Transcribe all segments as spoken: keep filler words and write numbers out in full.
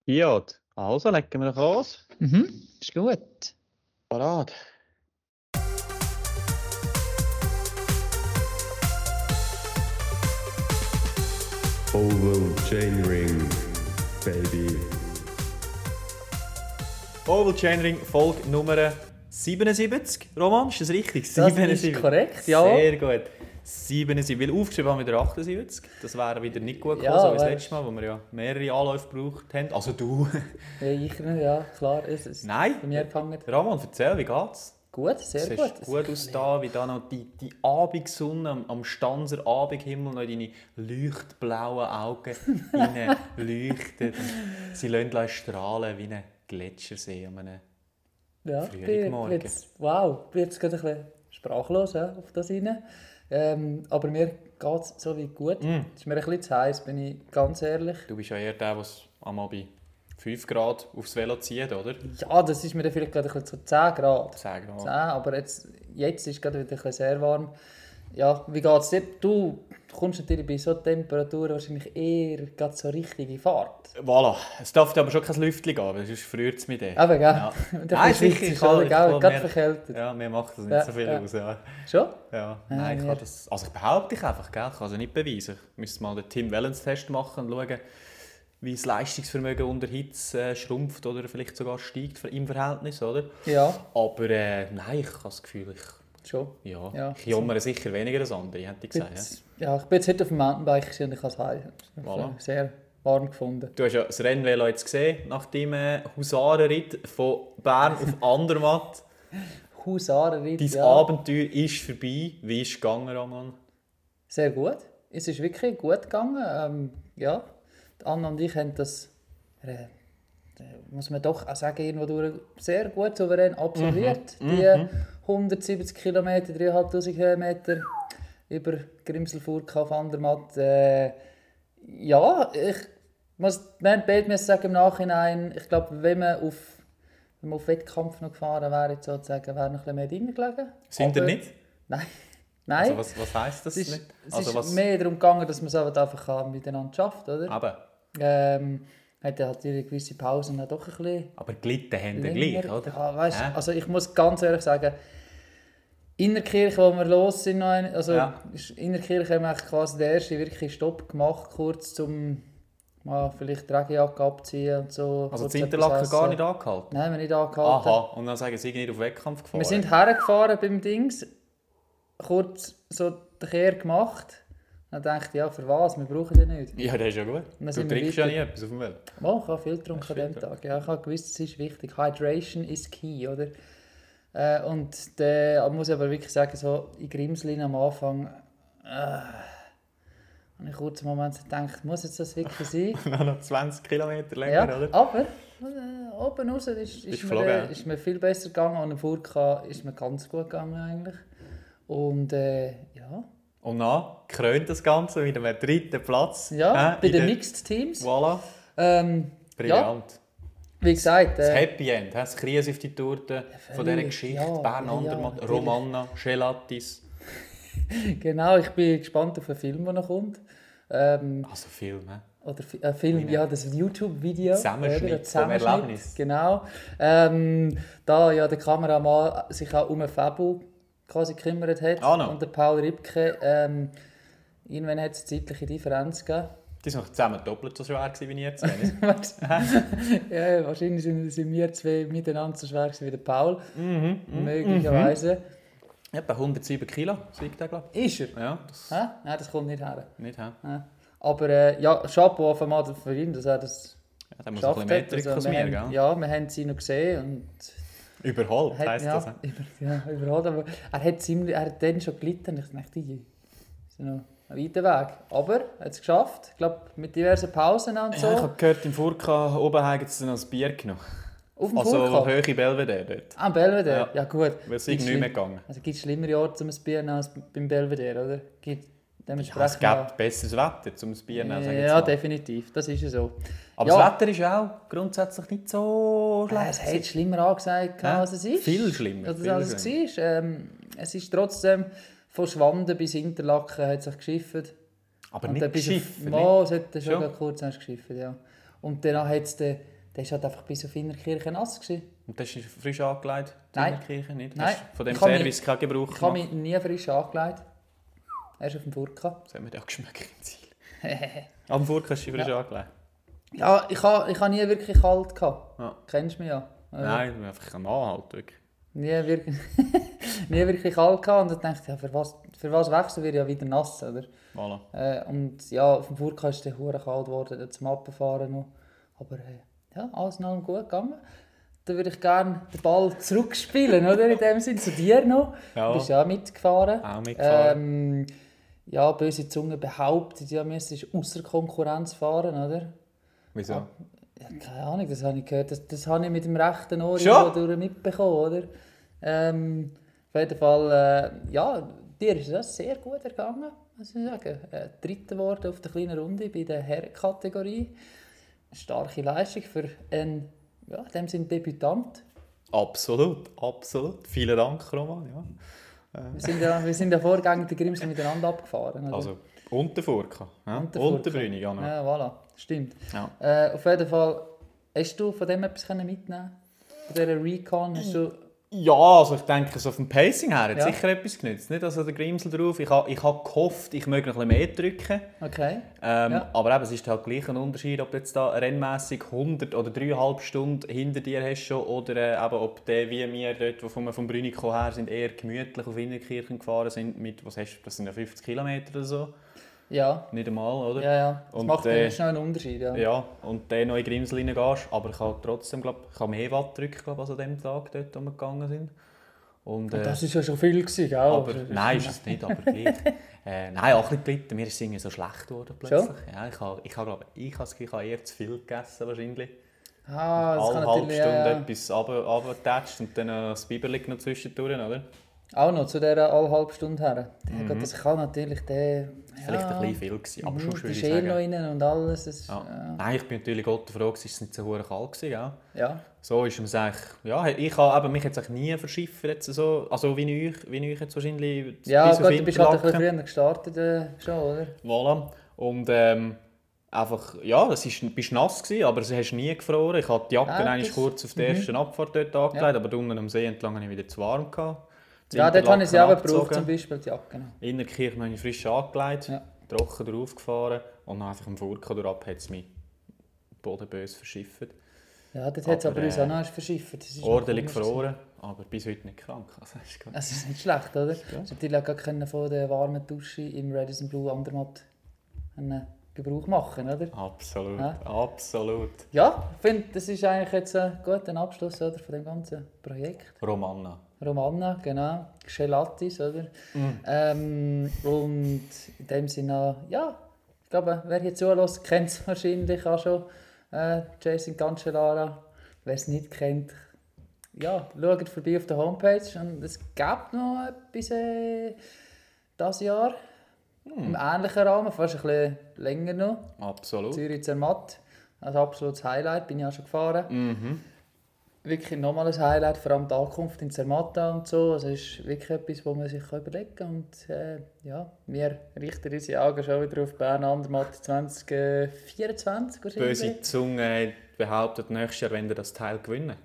Fiat. Also, legen wir doch los. Mhm, ist gut. Parat. Oval Chainring, Baby. Oval Chainring, Folge Nummer siebenundsiebzig. Roman, ist das richtig? Das siebenundsiebzig. ist korrekt, ja. Sehr gut. siebenundsiebzig, weil aufgeschrieben haben wir wieder achtundsiebzig. Das wäre wieder nicht gut gekommen, Ja, so wie das aber- letzte Mal, wo wir ja mehrere Anläufe gebraucht haben. Also du. Ja, ich nicht, ja, klar. Es ist Nein. bei mir gefangen. Ramon, erzähl, wie geht's? Gut, sehr Es gut. sieht gut aus da, wie da noch die, die Abendsonne am, am Stanzer Abendhimmel noch in deine leuchtblauen Augen hinein leuchtet. Sie lassen gleich strahlen wie ein Gletschersee an einem Ja, Frühlingmorgen. bin jetzt, wow, ich bin jetzt gerade ein bisschen sprachlos ja, auf das rein. Ähm, aber mir geht es so wie gut. Mm. Es ist mir ein bisschen zu heiß, bin ich ganz ehrlich. Du bist ja eher der, der einmal bei fünf Grad aufs Velo zieht, oder? Ja, das ist mir dann vielleicht gerade ein bisschen zu zehn Grad. Sag mal. zehn, aber jetzt, jetzt ist es gerade wieder ein bisschen sehr warm. Ja, wie geht es dir? Du kommst natürlich bei so Temperaturen wahrscheinlich eher gerade so richtig in Fahrt. Voilà. Es darf aber schon kein Lüftchen gehen, weil sonst friert es mit dir. Eben, gell? Ja. Und Nein, Schweiz sicher, ist ich kann- oder, ich gell? kann Gerade mehr- verkältet. Ja, mir macht das nicht Ja, so viel ja. aus. Ja. Schon? Ja, Ja, nein, ich wir- kann das. Also ich behaupte ich einfach, gell? Ich kann es nicht beweisen. Ich müsste mal den Tim Wellens-Test machen und schauen, wie das Leistungsvermögen unter Hitze äh, schrumpft oder vielleicht sogar steigt im Verhältnis, oder? Ja, Aber äh, nein, ich habe das Gefühl, ich, schon. ja, Ja, ich jammere sicher weniger als andere, hätte ich gesagt. Ja. Jetzt, ja, ich bin jetzt heute auf dem Mountainbike gewesen und ich habe es heim. Voilà. Sehr warm gefunden. Du hast ja das Rennvelo jetzt gesehen, nach deinem äh, Husarenritt von Bern auf Andermatt. Husarenritt, Dein ja. Abenteuer ist vorbei. Wie ist es gegangen, Roman? Sehr gut. Es ist wirklich gut gegangen. Ähm, ja, die Anna und ich haben das, äh, äh, muss man doch auch sagen, irgendwo durch sehr gut souverän absolviert. Mhm. Die hundertsiebzig Kilometer, dreitausendfünfhundert Höhenmeter über Grimselfurka auf Andermatt. Äh, ja, ich muss, wir haben beide müssen sagen im Nachhinein, ich glaube, wenn man auf wenn man auf Wettkampf noch gefahren wäre, jetzt sozusagen, wäre noch ein bisschen mehr drin gelegen. Sind ihr Aber- nicht? Nein. Nein. Also was, was heisst das Es ist, nicht? es Also ist was? mehr darum gegangen, dass man es halt einfach auch miteinander schafft, oder? Aber, Ähm, hat ja natürlich gewisse Pausen auch doch ein bisschen aber gelitten haben wir länger. gleich, oder? Ja, weißt, Hä? also ich muss ganz ehrlich sagen, in der Kirche, wo wir los sind, noch ein- also Ja. ist- in der Kirche haben wir eigentlich quasi den ersten wirklichen Stopp gemacht, kurz zum mal vielleicht die Regenjacke abziehen und so. Also kurz das etwas Interlaken essen. gar nicht angehalten? Nein, wir haben nicht angehalten. Aha, und dann sagen sie nicht auf Wettkampf gefahren? Wir sind hergefahren beim Dings, kurz so den Kehr gemacht. Dann dachte ich, ja, für was? Wir brauchen den nicht. Ja, das ist ja gut. dann Du sind wir trinkst ja weiter. nie etwas auf dem Velo. Oh, ich habe viel getrunken Hast an viel diesem Tag. Ja, ich habe gewusst, es ist wichtig. Hydration is key, oder? Äh, und der, muss ich aber wirklich sagen, so in Grimslin am Anfang äh, habe ich kurz einen Moment gedacht, muss jetzt das wirklich sein? Dann noch zwanzig Kilometer länger, Ja, oder? aber äh, oben raus ist, ist, Bist mir, geflogen, äh, ja? ist mir viel besser gegangen. Und am Furka ist mir ganz gut gegangen eigentlich. Und äh, ja, Und dann krönt das Ganze mit einem dritten Platz. ja hä, bei in den der- Mixed Teams. Voilà, Ähm, ja, brillant. wie gesagt, Das äh, Happy End, hä? Das Krise auf die Torte von dieser völlig, Geschichte. ja, Bern ja, ja, Andermatt, natürlich. Romanna, Gelatis. genau, ich bin gespannt auf den Film, der noch kommt. Ähm, Also Film, hä? oder Fi- äh, Film, Meine- ja, das YouTube-Video. Zusammenschnitt oder? Ein vom Zusammenschnitt, Erlebnis. Genau. Ähm, da ja der Kameramann sich auch um den Fabu quasi gekümmert hat. Ah, no. Und der Paul Ripke. Ähm, irgendwann hat es eine zeitliche Differenz gegeben. Die waren noch zusammen doppelt so schwer gewesen wie ihr zwei. nicht? ja, wahrscheinlich sind, sind wir zwei miteinander so schwer gewesen wie der Paul. Mhm, Möglicherweise. Etwa hundertsieben Kilo wiegt der, glaube Ist er? ich. Ja, das Hä? Nein, das kommt nicht her. nicht, hä? Ja. Aber äh, ja, Chapeau auf einmal für ihn, dass er das Ja, der muss ein bisschen mehr drücken als wir mir, haben, gell? ja, wir haben sie noch gesehen und Überholt, hat, heisst ja, das, hä? über, ja, überholt. Aber er hat, ziemlich, er hat dann schon gelitten. Ich dachte, ich ist noch ein weiter Weg. Aber er hat es geschafft. Ich glaube, mit diversen Pausen und so. Ja, ich habe gehört, im Furka oben haben sie noch ein Bier genommen. Auf dem Also Furka. Höhe Belvedere dort. Ah, Belvedere. Ja. Ja, gut. Weil es Gibt's irgendwie nicht schlimm- mehr gegangen. Also gibt es schlimmere Orte zum Bier nehmen als beim Belvedere, oder? Gibt Ja, es dementsprechend gibt besseres Wetter zum Bier nehmen, sag ich jetzt ja, mal. definitiv. Das ist ja so. Aber Ja. das Wetter ist ja auch grundsätzlich nicht so Äh, schlecht. es hat schlimmer angesagt, Ja, als es ist. viel schlimmer, Als, viel als es war. Ähm, es ist trotzdem von Schwanden bis Interlaken hat sich geschifft. Aber Und nicht dann bis auf- geschiffen. Mal, es hat dann schon Schon? gerade kurz erst geschifft, ja. Und dann hat es dann der war halt einfach bis auf Innerkirchen nass gewesen. Und das ist frisch angelegt? Die Nein. Kirche nicht? Nein. Hast du von dem Ich habe Service keinen Gebrauch Ich habe gemacht? mich nie frisch angelegt. Erst auf dem Furka. Das hat mir auch geschmeckt im Ziel. Am Furka hast du dich frisch Ja. angelegt? Ja, ich habe ich ha nie wirklich kalt gehabt. Ja. Kennst du mich ja. Also, Nein, du bist einfach ein Mann halt, wirklich. Nie wirklich, nie wirklich kalt gehabt. Und dann dachte ich, ja, für was, für was wechseln wir ja wieder nass, oder? Voilà. Äh, und ja, auf dem Furka ist es hure kalt geworden, dann zum Abfahren noch. Aber äh, ja, alles in allem gut gegangen. Dann würde ich gerne den Ball zurückspielen, oder? In dem Sinne zu dir noch. Ja. Du bist ja auch mitgefahren. Auch mitgefahren. Ähm, ja, böse Zunge behauptet, ja, wir müssen außer Konkurrenz fahren, oder? Wieso? Ja, keine Ahnung, das habe ich gehört. Das, das habe ich mit dem rechten Ohr Schon? durch mitbekommen, oder? Ähm, auf jeden Fall, äh, ja, dir ist das sehr gut ergangen, muss ich sagen. Äh, Dritter geworden auf der kleinen Runde bei der Herrenkategorie. Starke Leistung für einen, ja, in dem Sinne Debütant. Absolut, absolut. Vielen Dank, Roman. Ja. Wir sind ja, wir sind ja vorgängig den Grimsel miteinander abgefahren. Oder? Also, und der Furka. Ja? Und Und der der, Furka. Brünig auch noch. Ja, voilà, stimmt. Ja. Äh, auf jeden Fall, hast du von dem etwas mitnehmen? Von dieser Recon hast du... Ja, also ich denke, so vom Pacing her hat Ja. sicher etwas genützt. Nicht also der Grimsel drauf. Ich habe ich ha gehofft, ich möge noch ein bisschen mehr drücken. Okay. Ähm, Ja. Aber eben, es ist halt gleich ein Unterschied, ob du jetzt da rennmässig hundert oder dreieinhalb Stunden hinter dir hast schon, oder äh, eben, ob der wie wir dort, wo wir vom Brünico her sind, eher gemütlich auf Innerkirchen gefahren sind mit, was hast du, das sind ja fünfzig Kilometer oder so. Ja, Nicht einmal, oder? ja, ja. Das Und, macht äh, äh, schnell einen Unterschied. Ja. Ja, und dann noch in Grimsel reingehst. Aber ich habe trotzdem, glaub, ich habe mehr Watt drücken, glaub, als an dem Tag, dort, wo wir gegangen sind. Und, äh, Und das war ja schon viel, gewesen, gell? aber, Also, nein, ist es nicht, aber gleich. äh, nein, auch ein bisschen gelitten. Mir ist es irgendwie so schlecht geworden plötzlich. Schon? Ja, ich habe, ich habe, glaub, ich habe, das Gefühl, ich habe eher zu viel gegessen wahrscheinlich. Ah, das kann Alle halbe natürlich... Stunde Ja, etwas runtergetatscht und dann noch das Biberli noch zwischendurch, oder? auch noch zu dieser alle halbe Stunde her. Mhm. Das kann natürlich der... Vielleicht ja, ein bisschen viel gewesen, aber mhm, schon die würde ich Schäle noch sagen. rein und alles. Das, Ja. ja. Nein, ich bin natürlich Gott froh, es war nicht so verdammt kalt gewesen, gell? ja. So ist es eigentlich, ja, ich habe eben mich jetzt eigentlich nie verschiffen, jetzt so, also wie ich, wie ich jetzt wahrscheinlich Ja, bis auf gut, du bist halt ein bisschen Interlaken. früher gestartet äh, schon, oder? Voilà. Und ähm, einfach, ja, es ist, bist nass gewesen, aber es hast nie gefroren. Ich hatte die Jacke Ah, eigentlich das- kurz auf der mhm. ersten Abfahrt dort angelegt, aber unten am See entlang hatte ich wieder zu warm gehabt. Das Ja, dort habe ich sie auch Interlaken gebraucht, zum abgezogen. Beispiel die Jacke. noch. Innerkirchen habe ich frisch angelegt, Ja. trocken drauf gefahren und dann einfach am Furka durchab hat es mich bodenbös verschifft. Ja, dort hat es Aber, aber uns äh, auch noch verschifft. Das ist noch Ordentlich komisch gefroren, aber bis heute nicht krank. Also, das ist gut. gewesen. Das ist nicht schlecht, oder? Du hast natürlich auch gar können von der warmen Dusche im Radisson Blue Andermatt einen Gebrauch machen, oder? Absolut, Ja. absolut. Ja, ich finde, das ist eigentlich jetzt ein guter Abschluss, oder, von dem ganzen Projekt. Romanna. Romanna, genau. Gelatis, oder? Mhm. Ähm, und in dem Sinne, ja, ich glaube, wer hier zuhört, kennt es wahrscheinlich auch schon. Äh, Jason Cancellara. Wer es nicht kennt, ja, schaut vorbei auf der Homepage. Und es gibt noch etwas äh, dieses Jahr. Im ähnlichen Rahmen, fast ein bisschen länger noch. Absolut. Zürich Zermatt. Als absolutes Highlight, bin ich auch schon gefahren. Mhm. Wirklich nochmal ein Highlight, vor allem die Ankunft in Zermatt und so. Also es ist wirklich etwas, wo man sich überlegen kann. Und äh, ja, wir richten unsere Augen schon wieder auf Bern Andermatt zwanzig vierundzwanzig wahrscheinlich. Böse Zunge hat behauptet, nächstes Jahr wenn ihr das Teil gewinnen.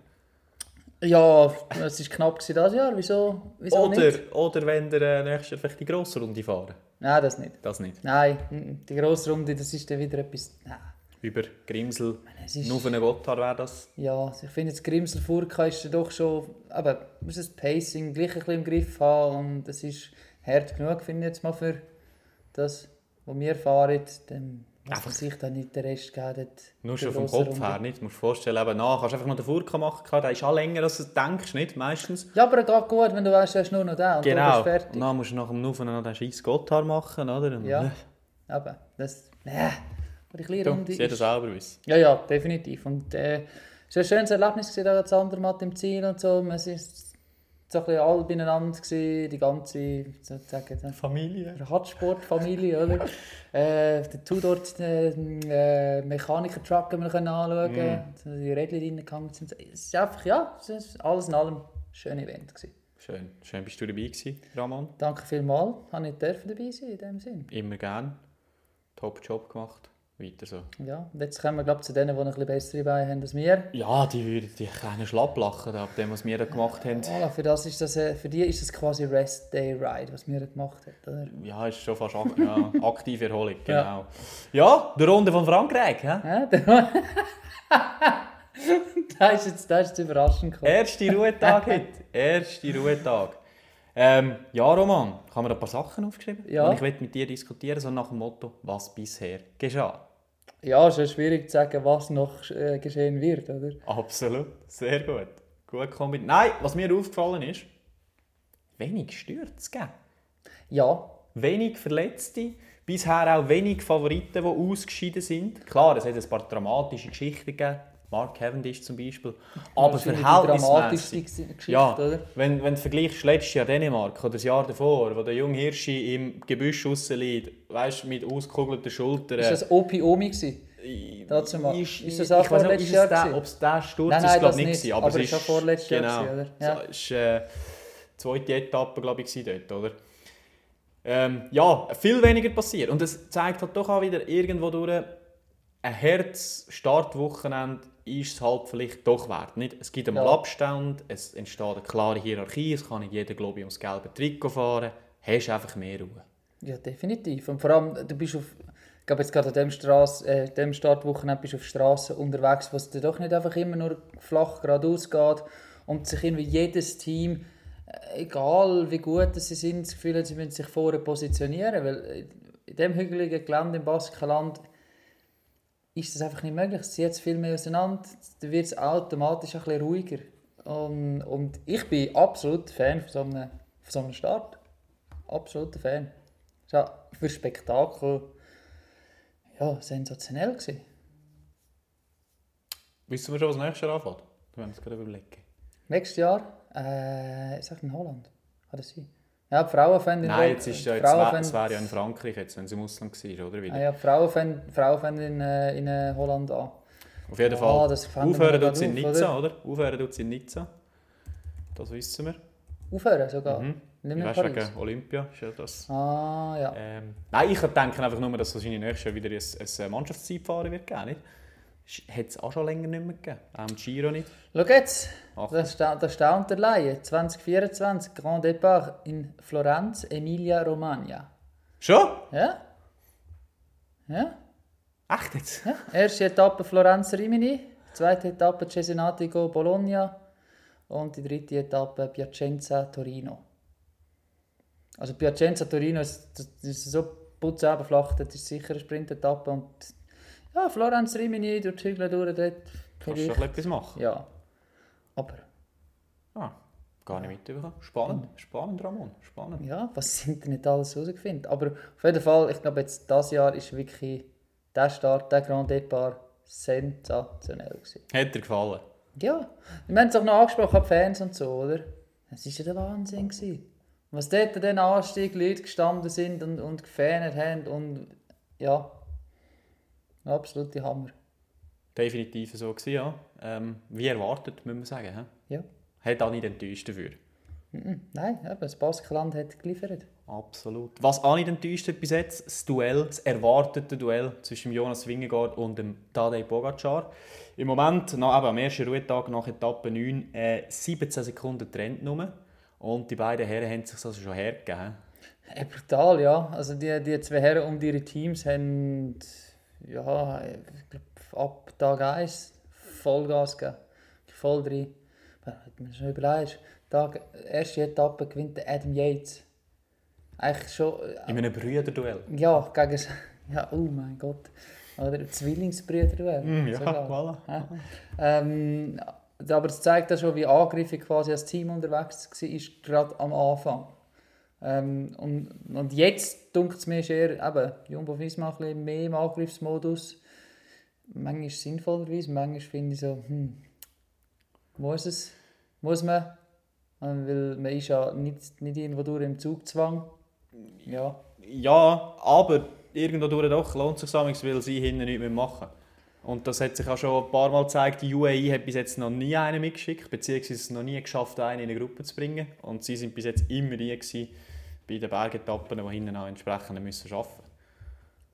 Ja, es war knapp dieses Jahr. Wieso, wieso Oder, nicht? oder wenn ihr äh, nächstes Jahr vielleicht die grosse Runde fahren. Nein, das nicht. Das nicht. Nein, mm, die grosse Runde, das ist dann wieder etwas... Nein. Über Grimsel, Es ist- nur für einen Gotthard wäre das. Ja, also ich finde jetzt Grimsel Furka ist ja doch schon, aber muss das Pacing gleich ein bisschen im Griff haben und es ist hart genug, finde ich jetzt mal für das, was wir fahren, dann muss Einfach- man sich dann nicht den Rest geben. dort Nur die schon vom grosse Kopf Runde. her, nicht? Du musst dir vorstellen, eben nach, kannst du einfach noch den Furka machen, der ist auch länger, als du denkst, nicht? Meistens. Ja, aber es geht gut, wenn du weißt, du hast nur noch den und Genau. du bist Und fertig. dann musst du nach dem Nufen noch den scheiß Gotthard machen, oder? Und, Ja, äh, aber das, nee, aber die kleine Du, Runde das jeder ist... selber weiß. Ja, ja, definitiv. Und äh, es war ein schönes Erlebnis, gewesen, da das Andermatt im Ziel und so. Wir waren so ein bisschen alle beieinander, gewesen, die ganze, sozusagen, Familie. Radsportfamilie, oder? äh, der Tour dort, den äh, Mechaniker-Truck haben wir können anschauen, Mm. die Rädchen reingegangen sind. Es ist einfach, ja, es ist alles in allem ein schönes Event gewesen. Schön. Schön bist du dabei gewesen, Ramon. Danke vielmals, habe ich dürfen dabei sein in dem Sinn. Immer gern. Top Job gemacht. weiter so. Ja, und jetzt kommen wir glaub, zu denen, die ein bisschen bessere Beine haben als wir. Ja, die würden die kleinen Schlapp lachen, ab dem, was wir da gemacht haben. Voilà, für, das ist das, äh, für die ist das quasi Rest Day Ride, was wir da gemacht haben. Oder? Ja, ist schon fast ak ja, aktive Erholung, genau. Ja, die Runde von Frankreich. He? Ja, der das ist jetzt, das ist jetzt überraschend gekommen. Erste Ruhetag heute. Erste Ruhetag. Ähm, ja, Roman, haben wir da ein paar Sachen aufgeschrieben? Ja. Und ich will mit dir diskutieren, so nach dem Motto, was bisher geschah. Ja, es ist schwierig zu sagen, was noch äh, geschehen wird, oder? Absolut, sehr gut. Gut kombiniert. Nein, was mir aufgefallen ist, wenig Stürze gegeben. Ja, Wenig Verletzte, bisher auch wenig Favoriten, die ausgeschieden sind. Klar, es hat ein paar dramatische Geschichten gegeben, Mark Cavendish zum Beispiel, aber wahrscheinlich die dramatischste verhältnismäßig. Geschichte, Ja, oder? wenn, wenn du vergleichst letztes Jahr Dänemark oder das Jahr davor, wo der junge Hirschi im Gebüsch rausliegt, weißt, mit ausgekugelten Schultern. Ist das Opi-Omi gewesen? Dazu mal. Ist, Ist das ich auch weiss nicht, vorletztes ist Jahr es der, gewesen? ob es der Sturz Nein, ist, nein, glaub das nicht nicht. gewesen, aber, Aber es ist auch vorletztes Jahr genau, gewesen, oder? Ja. so, es war äh, die zweite Etappe, glaube ich, dort, oder? Ähm, ja, viel weniger passiert. Und es zeigt halt doch auch wieder irgendwo durch, ein Herz-Startwochenende ist es halt vielleicht doch wert. Nicht? Es gibt einmal Ja. Abstand, es entsteht eine klare Hierarchie, es kann nicht jeder, glaube ich, ums gelbe Trikot fahren. Hast einfach mehr Ruhe. Ja, definitiv. Und vor allem, du bist auf, ich glaube jetzt gerade an dem, Strasse, äh, dem Startwochenende bist du auf Straßen unterwegs, wo es dir doch nicht einfach immer nur flach geradeaus geht und sich irgendwie jedes Team, äh, egal wie gut sie sind, das Gefühl hat, sie müssen sich vorne positionieren, weil in dem hügeligen Gelände im Baskenland ist das einfach nicht möglich. Es zieht viel mehr auseinander, da wird es automatisch ein bisschen ruhiger. Und, und ich bin absolut Fan von so einem, von so einem Start. Absoluter Fan. Es war für Spektakel ja, sensationell gewesen. Wissen wir schon, was nächstes Jahr anfängt? Wir müssen es gerade überlegen. Nächstes Jahr, äh, ich sage in Holland. Kann das sein? Ja, die Frauenfan in Nein, jetzt ist ja, jetzt Frauenfan- wär, es wäre ja in Frankreich, jetzt, wenn es im Ausland war, oder? Wieder. Ah, ja, die Frauenfan, Frauenfan in, äh, in äh, Holland an. Auf jeden Ja, Fall. das fanden wir Aufhören noch tut es in auf, Nizza, oder? Aufhören tut es in Nizza. Das wissen wir. Aufhören sogar. Mhm. Nicht Ich mehr weiss, Paris. wegen Olympia ist ja das. Ah, ja. Ähm, nein, ich denke einfach nur, dass es wahrscheinlich nächstes Jahr wieder ein, ein Mannschaftszeitfahren wird geben, nicht? Hat es auch schon länger nicht mehr gegeben. Auch im Giro nicht. Schau jetzt, Ach. das sta das staunt der Laie. zwanzig vierundzwanzig, Grand Départ in Florenz, Emilia-Romagna. Schon? Ja? Ja? Echt jetzt? Ja. Erste Etappe Florenz-Rimini, zweite Etappe Cesenatico-Bologna und die dritte Etappe Piacenza-Torino. Also Piacenza-Torino ist, das ist so putzabflacht, das ist sicher eine Sprintetappe und ja, Florenz-Rimini durch die Hügel durch, dort Kannst du schon etwas machen? ja, aber Ah, gar nicht mitbekommen. Spannend, spannend, Ramon. Spannend. ja, was das Internet alles herausfindet. Aber auf jeden Fall, ich glaube jetzt dieses Jahr ist wirklich der Start, der Grand Départ sensationell gewesen. Hat dir gefallen? Ja, wir haben es auch noch angesprochen, die Fans und so, oder? Es war ja der Wahnsinn gewesen. Was dort an diesen Anstieg Leute gestanden sind und, und gefähnet haben und ja, absolute Hammer. Definitiv so gewesen, ja. Ähm, wie erwartet, muss man sagen. He? Ja. Hat auch nicht enttäuscht dafür. Mhm. Nein, eben, das Baskenland hat geliefert. Absolut. Was auch nicht enttäuscht hat bis jetzt, das Duell, das erwartete Duell zwischen Jonas Vingegaard und dem Tadej Pogacar. Im Moment, nach, eben, am ersten Ruhetag nach Etappe neun, äh, siebzehn Sekunden Trend nur. Und die beiden Herren haben sich also schon hergegeben. Äh, brutal, ja. Also die, die zwei Herren um ihre Teams haben ja, ich glaub, ab Tag eins Vollgas gegeben. Voll drin. Wenn du mir schon überlegst, Tag, erste Etappe gewinnt der Adam Yates. Eigentlich schon... In einem Brüderduell. Ja, gegen... Ja, oh mein Gott. Oder Zwillingsbrüder. Mm, ja, sogar. voilà. Ja. Ähm, aber es zeigt auch schon, wie angriffig quasi als Team unterwegs war, gerade am Anfang. Ähm, und, und jetzt dunkt es mir ist eher, eben, Jumbo-Visma ein bisschen mehr im Angriffsmodus. Manchmal sinnvollerweise, manchmal finde ich so, hm, muss es, muss man, Ähm, weil man ist ja nicht, nicht irgendwo durch im Zugzwang. Ja. Ja, aber irgendwo durch doch lohnt es sich manchmal, weil sie hinten nichts mehr machen. Und das hat sich auch schon ein paar Mal gezeigt. Die U A E hat bis jetzt noch nie einen mitgeschickt, beziehungsweise es noch nie geschafft, einen in eine Gruppe zu bringen. Und sie sind bis jetzt immer die gewesen, bei den Bergetappen, die hinten auch entsprechend müssen arbeiten.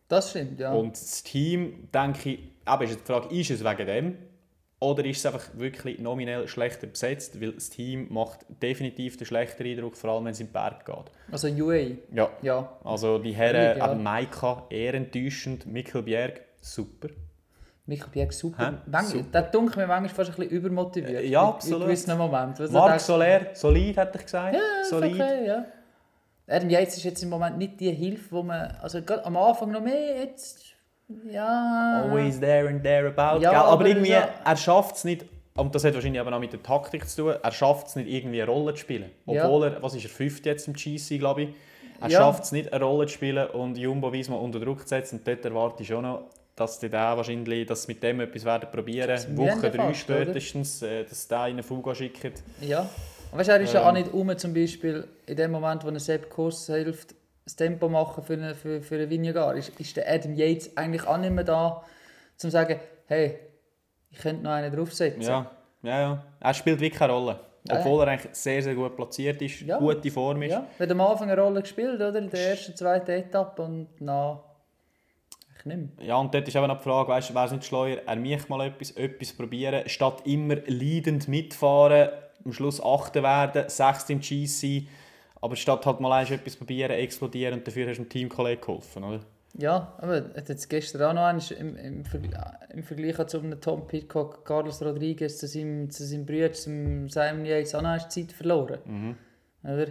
Das stimmt, ja. Und das Team, denke ich, eben ist die Frage, ist es wegen dem? Oder ist es einfach wirklich nominell schlechter besetzt? Weil das Team macht definitiv den schlechteren Eindruck, vor allem wenn es in den Berg geht. Also U A, Ja, ja. also die Herren, Ja. eben Maika, eher enttäuschend, Mikkel Bjerg, super. Michael Bjerg, super. Hä? Manchmal, Super. der dunkelt mir manchmal fast ein bisschen übermotiviert. Ja, In- absolut. In gewissen Momenten. Was er Marc denkt, Soler, solid, hätte ich gesagt. Ja, ist solid. okay, ja. Adam Yates ist jetzt im Moment nicht die Hilfe, wo man... Also gerade am Anfang noch mehr, jetzt... Ja... Always there and thereabout. Ja, gell? Aber, aber irgendwie, ja. er schafft es nicht, und das hat wahrscheinlich aber auch mit der Taktik zu tun, er schafft es nicht, irgendwie eine Rolle zu spielen. Obwohl er, was ist er, fünft jetzt im G C, glaube ich. Er Ja. schafft es nicht, eine Rolle zu spielen und Jumbo Visma unter Druck zu setzen. Und dort erwarte ich schon noch, dass die da wahrscheinlich, dass sie mit dem etwas werden probieren. Das müssen Woche wir drei fast, oder? spätestens, äh, dass der einen Fuga schickt. Ja. Und weißt du, er ist ja Ähm. auch nicht um, zum Beispiel in dem Moment, wo er Sepp Kuss hilft, das Tempo machen für einen, für, für einen Vingegaard, ist, ist der Adam Yates eigentlich auch nicht mehr da, um zu sagen, hey, ich könnte noch einen draufsetzen. Ja, ja, ja. Er spielt wirklich keine Rolle. Ja. Obwohl er eigentlich sehr, sehr gut platziert ist, Ja. gute Form ist. Ja, er hat am Anfang eine Rolle gespielt, oder? In der ersten, zweiten Etappe und na, ich nicht mehr. Ja, und dort ist eben noch die Frage, weißt, wäre es nicht schleuer, er mich mal etwas, etwas probieren, statt immer leidend mitfahren, am Schluss achten werden, sechst im G C, aber statt halt mal eins etwas probieren, explodieren und dafür hast du dem Teamkollegen geholfen, oder? Ja, aber er hat jetzt gestern auch noch einen, im, im, Vergleich, im Vergleich zu einem Tom Pidcock, Carlos Rodriguez, zu seinem, zu seinem Bruder, zu Simon Yates, auch noch eine Zeit verloren. Mhm. Oder?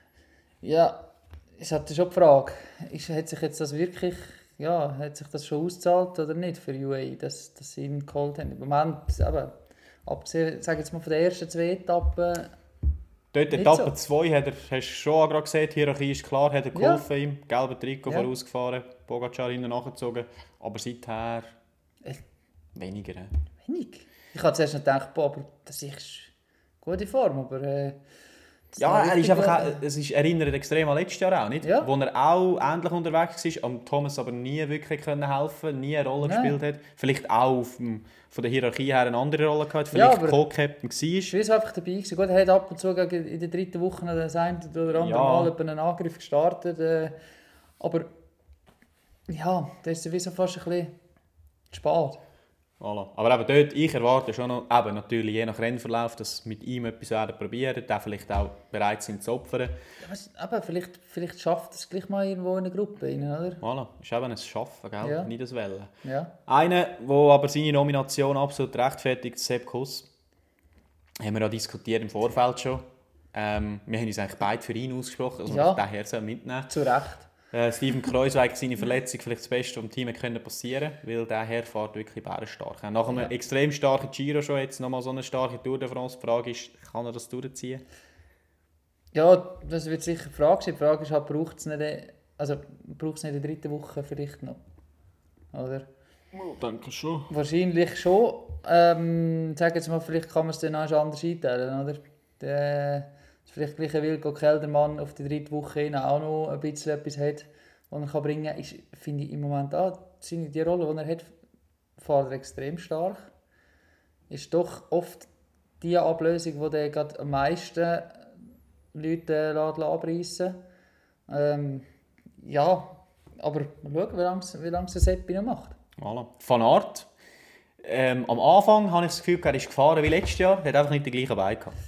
Ja, es hat schon die Frage, ist, hat sich jetzt das wirklich, ja, hat sich das schon ausgezahlt oder nicht für U A E, dass, dass sie ihn geholt haben? Im Moment, aber abgesehen, sage jetzt mal von den ersten zwei Etappen, Dort Nicht Etappe zwei hat er, hast du schon gerade gesehen, die Hierarchie ist klar, hat er Ja. geholfen ihm, gelber Trikot Ja. vorausgefahren, Pogacar hinten nachgezogen, aber seither Äh. weniger. He? wenig. Ich habe zuerst noch gedacht, boah, aber das ist gute Form, aber... Äh, das Ja, war er ist richtig einfach, gut. auch- es ist, erinnert extrem an letztes Jahr auch, nicht? Ja. Wo er auch ähnlich unterwegs war, am Thomas aber nie wirklich können helfen, nie eine Rolle Nein. gespielt hat. Vielleicht auch auf dem, von der Hierarchie her eine andere Rolle gehabt, Ja, vielleicht aber- Co-Captain Ich war. war einfach dabei. Gewesen. Gut, er hat ab und zu gegen- in der dritten Woche noch das eine oder andere Ja. Mal etwa einen Angriff gestartet. Äh, aber ja, das ist sowieso fast ein bisschen zu spät. Voilà. Aber eben dort, ich erwarte schon noch, eben natürlich je nach Rennverlauf, dass mit ihm etwas werden probieren, der vielleicht auch bereit sind zu opfern. Ja, weißt, aber vielleicht, vielleicht schafft es gleich mal irgendwo in eine Gruppe rein, oder? Voilà, ist eben ein Schaffen, gell? Ja. Nicht ein Wellen. Ja. Einer, der aber seine Nomination absolut rechtfertigt, Sepp Kuss. Haben wir ja diskutiert im Vorfeld schon. Ähm, wir haben uns eigentlich beide für ihn ausgesprochen, also Ja. ja. den Herr mitnehmen. Zu Recht. Äh, Steven Kreuzweig, seine Verletzung, vielleicht das Beste, was dem Team können passieren konnte, weil der Herr fährt wirklich bärenstark. Nach einem Ja. extrem starken Giro schon jetzt nochmal so eine starke Tour de France. Die Frage ist, kann er das durchziehen? Ja, das wird sicher die Frage sein. Die Frage ist halt, braucht es nicht, also, braucht's nicht in der dritten Woche vielleicht noch? Oder? Ich denke schon. Wahrscheinlich schon. Ähm, sag jetzt mal, vielleicht kann man es dann auch anders einteilen, oder? Der, dass vielleicht gleich ein Wilco Keldermann auf die dritte Woche hin auch noch ein bisschen etwas hat, was er kann bringen kann, ist, finde ich im Moment auch, seine, die Rolle, die er hat, fährt er extrem stark. Ist doch oft die Ablösung, die der gerade am meisten Leute äh, lässt abreißen. Ähm, ja, aber mal schauen, wie lange es- wie lange es der Seppi noch macht. Voilà. Van Aert. Ähm, am Anfang habe ich das Gefühl, er ist gefahren wie letztes Jahr. Er hat einfach nicht die gleichen Beine gehabt.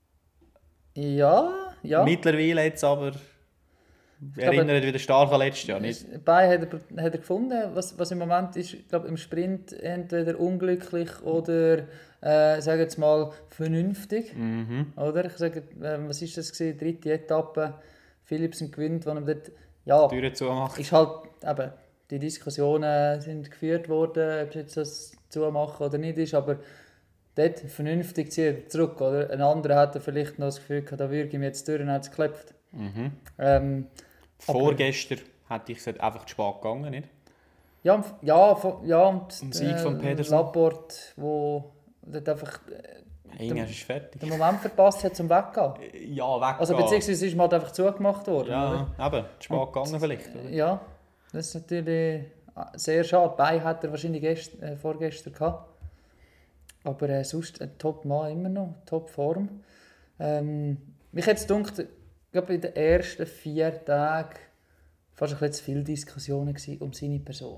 Ja, ja. Mittlerweile jetzt aber glaube, erinnert wieder stark an letztes Jahr. Nicht? Dabei hat er, hat er gefunden, was, was im Moment ist, ich glaube, im Sprint entweder unglücklich oder, äh, sagen jetzt mal, vernünftig. Mhm. Oder? Ich sage, äh, was ist das gewesen? Dritte Etappe, Philipsen gewinnt, wo er dort, ja, Türen zumacht. ist halt, eben, die Diskussionen sind geführt worden, ob es jetzt das zumachen oder nicht ist, aber dort vernünftig zieht er zurück, oder? Ein anderer hat vielleicht noch das Gefühl gehabt, da würde ihm jetzt die Türen hat es geklopft. Mhm. Ähm, Vorgestern hätte ich gesagt, einfach zu spät gegangen, nicht? Ja, und- ja, vo- ja und Im Sieg von Pedersen. Laporte, wo dort einfach äh, Irgendwann ist es fertig. den Moment verpasst hat zum Weggehen. Ja, weg. Also beziehungsweise ist ihm halt einfach zugemacht worden. Ja, Oder? eben, zu spät gegangen vielleicht. Oder? Ja, das ist natürlich sehr schade. Bei hat er wahrscheinlich gest, äh, vorgestern gehabt. Aber äh, sonst ein Top-Mann immer noch, Top-Form. Ähm, mich hat es gedacht, ich glaube, in den ersten vier Tagen fast ein bisschen zu viele Diskussionen gewesen um seine Person.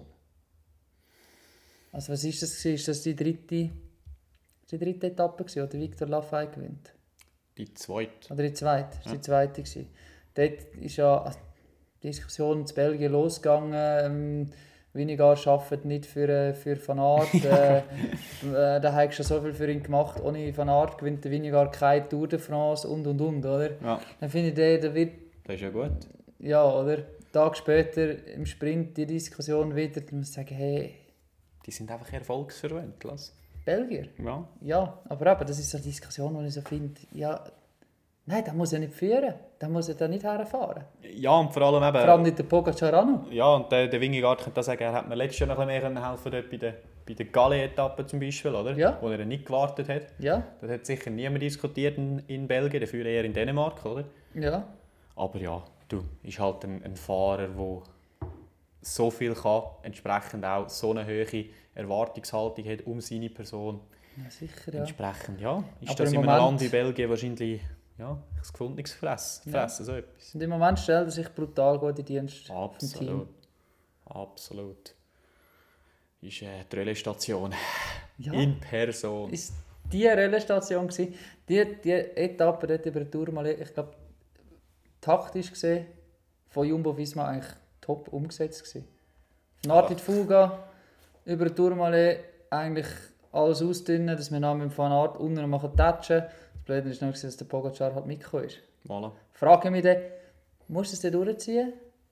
Also was ist das gewesen? Ist das die dritte, die dritte Etappe gewesen, wo der Victor Lafay gewinnt? Die zweite. Oder die zweite? Das war Ja. die zweite gewesen. Dort ist ja die Diskussion in Belgien losgegangen. Ähm, Vingegaard arbeitet nicht für, äh, für Van Aert. äh, äh, da hat schon so viel für ihn gemacht. Ohne Van Aert gewinnt der Vingegaard keine Tour de France und und und, oder? Ja, Dann finde ich, der, der wird, das ist ja gut. ja, oder? Tag später im Sprint die Diskussion wieder, dann muss ich sagen, hey, Die sind einfach erfolgsverwöhnt, lass. Belgier. Ja. Ja, aber eben, das ist so eine Diskussion, die ich so finde, ja, nein, der muss ja nicht führen. Der muss ja da nicht herfahren. Ja, und vor allem eben... Vor allem nicht der Pogacar auch noch. Ja, und der, der Vingegaard könnte sagen, er hat mir letztes Jahr noch ein bisschen mehr helfen können, bei der, bei der Galli-Etappe zum Beispiel, oder? Ja. Wo er nicht gewartet hat. Ja, Das hat sicher niemand diskutiert in, in Belgien, dafür eher in Dänemark, oder? ja. Aber ja, du, ist halt ein, ein Fahrer, der so viel kann, entsprechend auch so eine hohe Erwartungshaltung hat um seine Person. Ja, sicher, ja. Entsprechend, ja, ist Aber das im in einem Moment- Land wie Belgien wahrscheinlich ja, ein gefundenes Fressen, Ja. Fressen so etwas. Und im Moment stellt er sich brutal gut in den Dienst vom Absolut. Team. Absolut. Ist äh, die Relaisstation Ja, in Person. ist die Relaisstation gewesen. Die, die Etappe dort über den Tourmalet, ich glaube, taktisch gesehen, von Jumbo-Visma eigentlich top umgesetzt gewesen. Von Art in die Fuga, über den Tourmalet eigentlich alles ausdünnen, dass wir dann mit dem Van Aert unten noch machen tatschen. Das Blöde ist noch, dass der Pogacar halt mitgekommen ist. Voilà. Frage ich mich dann, musst du es dann durchziehen?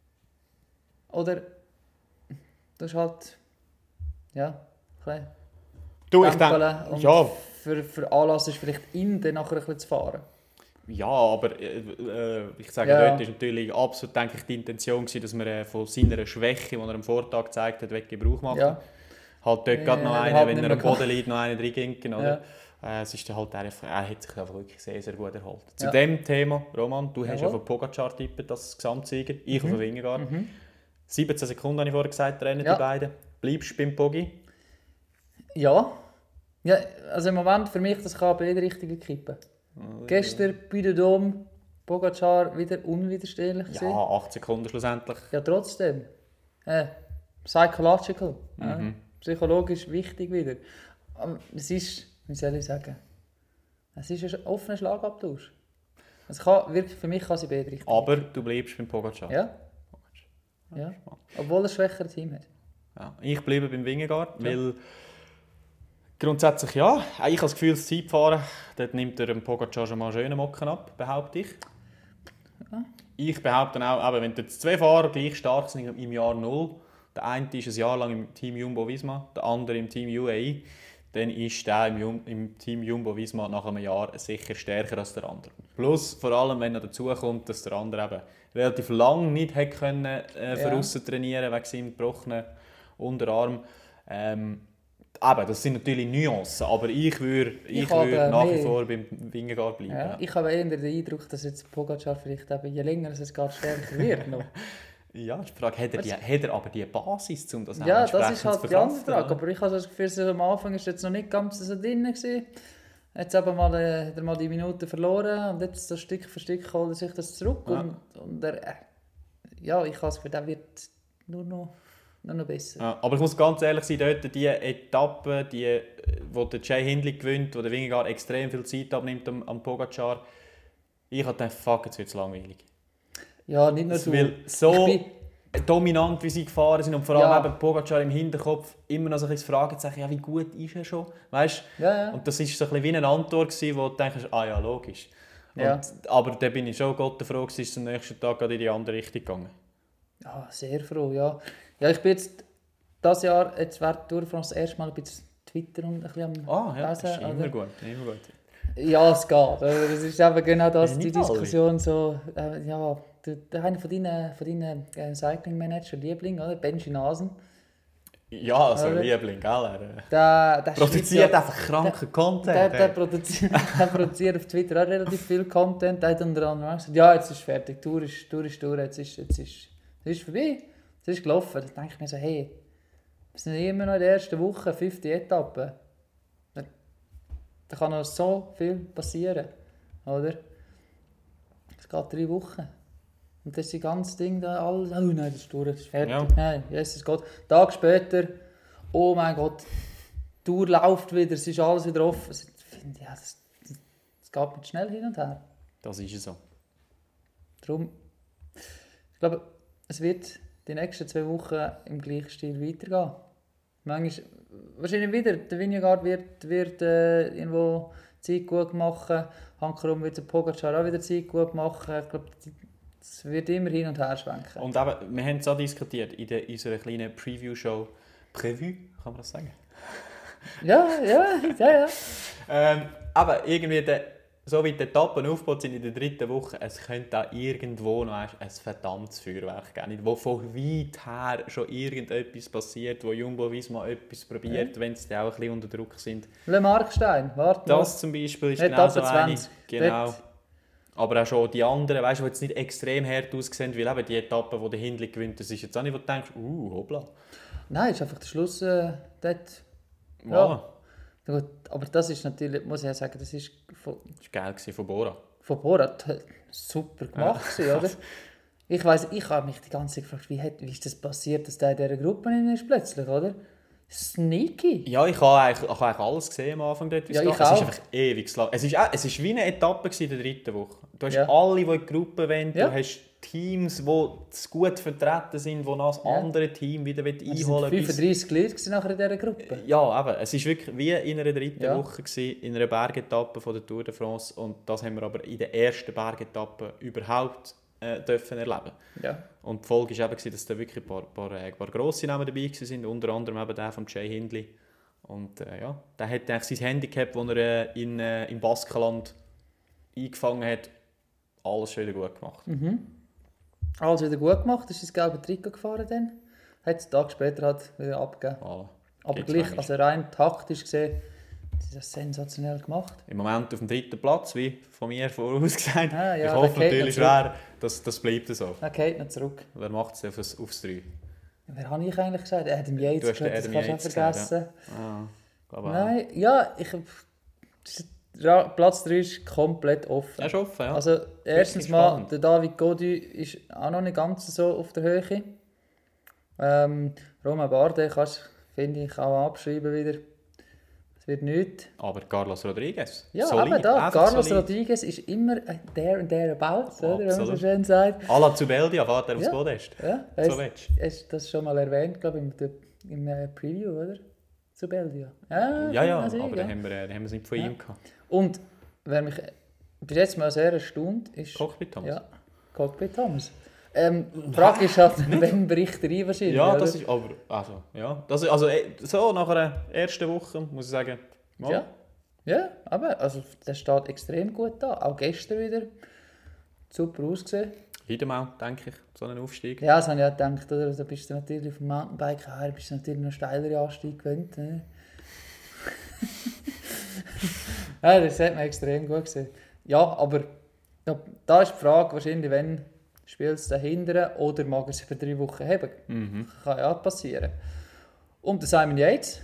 Oder du hast halt, ja, ein bisschen Du, ich Tempeln denke, und ja, für, für Anlass ist vielleicht ihn dann nachher ein bisschen zu fahren. ja, aber äh, äh, ich sage, Ja. dort ist natürlich absolut, denke ich, die Intention gewesen, dass man äh, von seiner Schwäche, die er am Vortag gezeigt hat, weg Gebrauch macht. Ja, Halt dort Ja, gerade noch er einen, hat wenn nicht er am mehr Boden liegt, noch einen reinginken, oder? ja. Äh, es ist dann halt einfach, er hat sich einfach wirklich sehr, sehr gut erhalten. Zu Ja. dem Thema, Roman, du hast ja Jawohl. von Pogacar tippet als Gesamtsieger, ich auf den Vingegaard. Mhm. siebzehn Sekunden habe ich vorher gesagt, rennen Ja. die beiden. Bleibst du beim Pogi? Ja. Ja, also im Moment für mich, das kann beide Richtungen kippen. Gestern bei der Dom, Pogacar wieder unwiderstehlich Ja, gewesen. acht Sekunden schlussendlich. Ja, trotzdem. Äh, psychological. Ja, Mhm. psychologisch wichtig wieder. Aber es ist, wie soll ich sagen, es ist ein offener Schlagabtausch. Es kann, wirklich, für mich kann sie beide Richtungen. Aber du bleibst beim Pogacar. Ja. Ja. Obwohl er ein schwächeres Team hat. Ja, ich bleibe beim Vingegaard, weil grundsätzlich ja, ich habe das Gefühl, das Zeitfahren, dort nimmt er dem Pogacar schon mal einen schönen Mocken ab, behaupte ich. Ich behaupte auch, eben, wenn jetzt zwei Fahrer gleich stark sind im Jahr null, der eine ist ein Jahr lang im Team Jumbo-Visma, der andere im Team U A E, dann ist der im, Jum- im Team Jumbo-Visma nach einem Jahr sicher stärker als der andere. Plus, vor allem, wenn noch dazu kommt, dass der andere eben relativ lange nicht hat können, äh, Ja. voraus trainieren wegen seinem gebrochenen Unterarm. Ähm, eben, das sind natürlich Nuancen, aber ich würde ich Ich habe würde nach wie mehr- vor beim Vingegaard bleiben. Ja. Ja. Ich habe eher den Eindruck, dass jetzt Pogacar vielleicht eben, je länger es geht, stärker wird. Noch. Ja, ist die Frage, hat er, die, hat er aber die Basis, um das auch Ja, das entsprechend ist halt zu die andere verkraften, Frage. oder? Aber ich habe das Gefühl, so am Anfang ist jetzt noch nicht ganz so drin gewesen. Jetzt eben mal, äh, hat er mal die Minuten verloren und jetzt so Stück für Stück holt er sich das zurück. Ja. Und, und er, äh, ja, ich habe das Gefühl, der wird nur noch, nur noch besser. Ja, aber ich muss ganz ehrlich sein, dort die Etappe, die, äh, wo der Jay Hindley gewinnt, wo der Vingegaard extrem viel Zeit abnimmt am, am Pogacar, ich habe gedacht, fuck, jetzt wird es langweilig. Ja, nicht nur Es du. will so Ich bin- dominant, wie sie gefahren sind und vor allem Ja. eben Pogacar im Hinterkopf immer noch so ein bisschen Fragen zu sagen, ja, wie gut ist er schon? Weißt? Ja, ja. Und das war so ein bisschen wie eine Antwort, gewesen, wo du denkst, ah ja, logisch. Ja. Und, aber da bin ich schon Gott froh, dass es am nächsten Tag gerade in die andere Richtung gegangen. Ja, sehr froh, ja. Ja, ich bin jetzt dieses Jahr, jetzt während der Tour de France das erste Mal ein bisschen Twitter und ein bisschen am Ah, ja, das ist Lesen, immer oder? gut, immer gut. Ja, es geht. Also, das ist eben genau das, Ja, die nicht alle. Diskussion so, äh, ja, der, der einer von deinen, von deinen äh, Cycling-Manager, Liebling, oder? Benji Nasen, Ja, also Oder? Liebling, gell? Er äh, der, der produziert schreibt einfach kranken Content. ja, der, der, ey. produziert, der produziert auf Twitter auch relativ viel Content, der hat unter anderem auch gesagt, ja, jetzt ist fertig, die Tour ist, Tour ist durch, jetzt ist, jetzt ist, es ist vorbei, es ist gelaufen. Da denke ich mir so, hey, wir sind immer noch in der ersten Woche, fünfte Etappe. Da, da kann noch so viel passieren, oder? Es geht drei Wochen. Und das ist das ganze Ding da, alles, oh nein, das ist durch, das ist fertig. Ja. Nein, Jesus Gott. Tag später, oh mein Gott, die Tour läuft wieder, es ist alles wieder offen. Ich finde, ja, das, das, das geht mit schnell hin und her. Das ist so. Darum, ich glaube, es wird die nächsten zwei Wochen im gleichen Stil weitergehen. Manchmal, wahrscheinlich wieder, der Vingegaard wird, wird äh, irgendwo Zeit gut machen, Hankerum wird der Pogacar auch wieder Zeit gut machen. Ich glaube, es wird immer hin und her schwenken. Und eben, wir haben es auch diskutiert in, der, in unserer kleinen Preview-Show. Preview, kann man das sagen? Ja, ja, ja, ja. Ähm, aber irgendwie, der, so wie die Etappen aufgebaut sind in der dritten Woche, es könnte da irgendwo noch ein verdammtes Feuerwerk geben, wo von weit her schon irgendetwas passiert, wo Jumbo-Visma etwas probiert, Ja. wenn sie dann auch ein bisschen unter Druck sind. Le Markstein, warte noch. Das zum Beispiel ist Etappe genau so eine. zwanzig. Genau. Dort. Aber auch schon die anderen, weißt du, die jetzt nicht extrem hart aussehen, weil eben die Etappe, wo der Hindley gewinnt, das ist jetzt auch nicht, wo du denkst, uh, hoppla. Nein, ist einfach der Schluss äh, dort. Ja. Ja. Gut, aber das ist natürlich, muss ich ja sagen, das ist von, Das war geil von Bora. von Borat super gemacht, ja. Oder? Ich weiss, ich habe mich die ganze Zeit gefragt, wie, hat, wie ist das passiert, dass der in dieser Gruppe drin ist plötzlich, oder? Sneaky. Ja, ich habe eigentlich, ich habe eigentlich alles gesehen am Anfang dort, wie es Ja, geht. ich Es auch. ist einfach ewig lang. Es ist, auch- es ist wie eine Etappe gewesen in der dritten Woche. Du hast Ja. alle, die in die Gruppe wollen, Ja. du hast Teams, die gut vertreten sind, die noch das Ja. andere Team wieder Es waren einholen wollen. bis- fünfunddreissig Leute gewesen nachher in dieser Gruppe. Ja, eben. Es war wirklich wie in einer dritten Ja. Woche, gewesen, in einer Bergetappe von der Tour de France. Und das haben wir aber in der ersten Bergetappe überhaupt äh, dürfen erleben. Ja. Und die Folge war eben, gewesen, dass da wirklich ein paar, paar, äh, ein paar grosse Namen dabei waren, unter anderem eben der von Jay Hindley. Und äh, ja, der hat eigentlich sein Handicap, das er äh, in, äh, im Baskenland eingefangen hat, alles schon wieder gut gemacht. Mhm. Alles wieder gut gemacht, ist ins gelbe Trikot gefahren dann. Hat es einen Tag später halt wieder abgegeben. Voilà. Aber Gibt's gleich, manchmal. also rein taktisch gesehen, ist das sensationell gemacht. Im Moment auf dem dritten Platz, wie von mir vorausgesagt. Ah, ja, ich der hoffe geht natürlich noch schwer, dass das bleibt so. Er geht noch zurück. Wer macht es aufs, aufs drei? Wer habe ich eigentlich gesagt? Adam Yates, Du hast den gehört, das Adam kannst du Yates auch vergessen. Ah, glaube auch. Nein, ja, ich Ra- Platz drei ist komplett offen. Er ist offen, ja. Also erstens mal, spannend. der David Gaudu ist auch noch nicht ganz so auf der Höhe. Ähm, Romain Bardet kannst finde ich auch abschreiben wieder. Es wird nichts. Aber Carlos Rodriguez, Ja, solid, aber da, einfach Carlos solid. Rodriguez ist immer ein there and thereabouts, oder, wenn man so Absolut. schön sagt. À la Zubeldia fährt er aufs Ja. Podest. Ja, So hast, willst hast das schon mal erwähnt, glaube ich, im, im äh, Preview, oder? Zu Belgia. Ja, Ja, ja, also, aber ja. dann haben wir, äh, dann haben wir es nicht von Ja. ihm gehabt. Und wer mich bis jetzt mal sehr erstaunt ist... Cockpit Thomas. Ja, Cockpit Thomas. Ähm, die Frage ist halt, wenn bricht er ein wahrscheinlich, Ja, oder? das ist aber, also, ja, das ist, also eh, so nach einer ersten Woche muss ich sagen, mal, Ja, ja, aber also, der steht extrem gut da. Auch gestern wieder. Super ausgesehen. wieder mal, denke ich, so einen Aufstieg. Ja, das habe ich auch gedacht, oder? Da bist du natürlich vom Mountainbike her, bist du natürlich noch steilere Anstieg gewöhnt. Ne? Ja, das hat man extrem gut gesehen. Ja, aber ja, da ist die Frage wahrscheinlich, wenn spielt es dahinter oder mag er es für drei Wochen haben. Mhm. Kann ja passieren. Und der Simon Yates,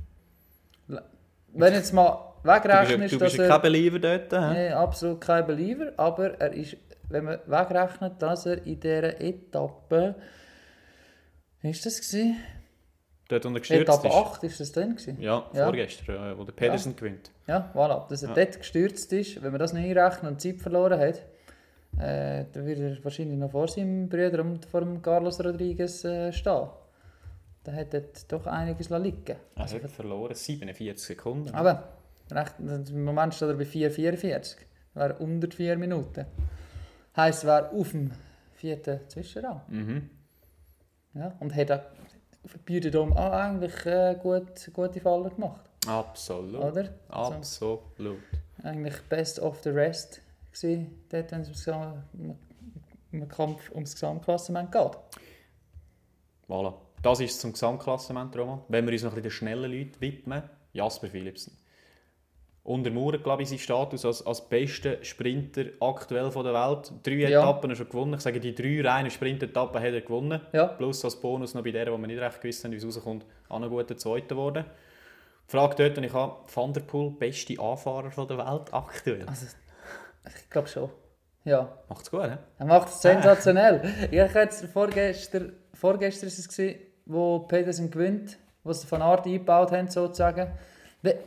wenn jetzt mal Du bist, wegrechnest, du dass bist ja er... kein Believer dort, hä? Nee, absolut kein Believer, aber er ist, wenn man wegrechnet, dass er in dieser Etappe... Wie war das? Gewesen? Dort, wo er gestürzt Etappe ist. acht war das dann? Gewesen? Ja, Ja. vorgestern, äh, wo der Pedersen gewinnt. Ja, voilà. Dass er Ja. dort gestürzt ist, wenn man das nicht einrechnet und Zeit verloren hat, äh, dann würde er wahrscheinlich noch vor seinem Bruder und vor dem Carlos Rodriguez äh, stehen. Da hat er doch einiges liegen lassen. Er Also, hat verloren, siebenundvierzig Sekunden. aber recht, im Moment steht er bei vier vierundvierzig. Das wäre unter vier Minuten. Heisst, er wäre auf dem vierten Zwischenrang. Mhm. Ja, und hat auch für die Bühnendom auch eigentlich äh, gut, gute Fallen gemacht. Absolut. Oder? Also, Absolut. eigentlich best of the rest gewesen, dort, wenn es ums Gesam- im Kampf ums Gesamtklassement geht. Voilà. Das ist zum Gesamtklassement, Roman. Wenn wir uns noch ein bisschen den schnellen Leuten widmen, Jasper Philipsen. Untermauert, glaube ich, seinen Status als, als bester Sprinter aktuell von der Welt. Drei Ja. Etappen hat er schon gewonnen. Ich sage, die drei reinen Sprintetappen hat er gewonnen. Ja. Plus als Bonus noch bei der, wo wir nicht recht gewusst haben, wie es rauskommt, auch noch guter Zweiter geworden. Die Frage dort, die ich habe, Van der Poel, beste Anfahrer von der Welt aktuell? Also, ich glaube schon. Ja, Macht's gut, hä? er macht es sensationell. Ich habe jetzt vorgestern, vorgestern ist es gewesen, wo Pedersen gewinnt, was sie von Art eingebaut haben, sozusagen. We-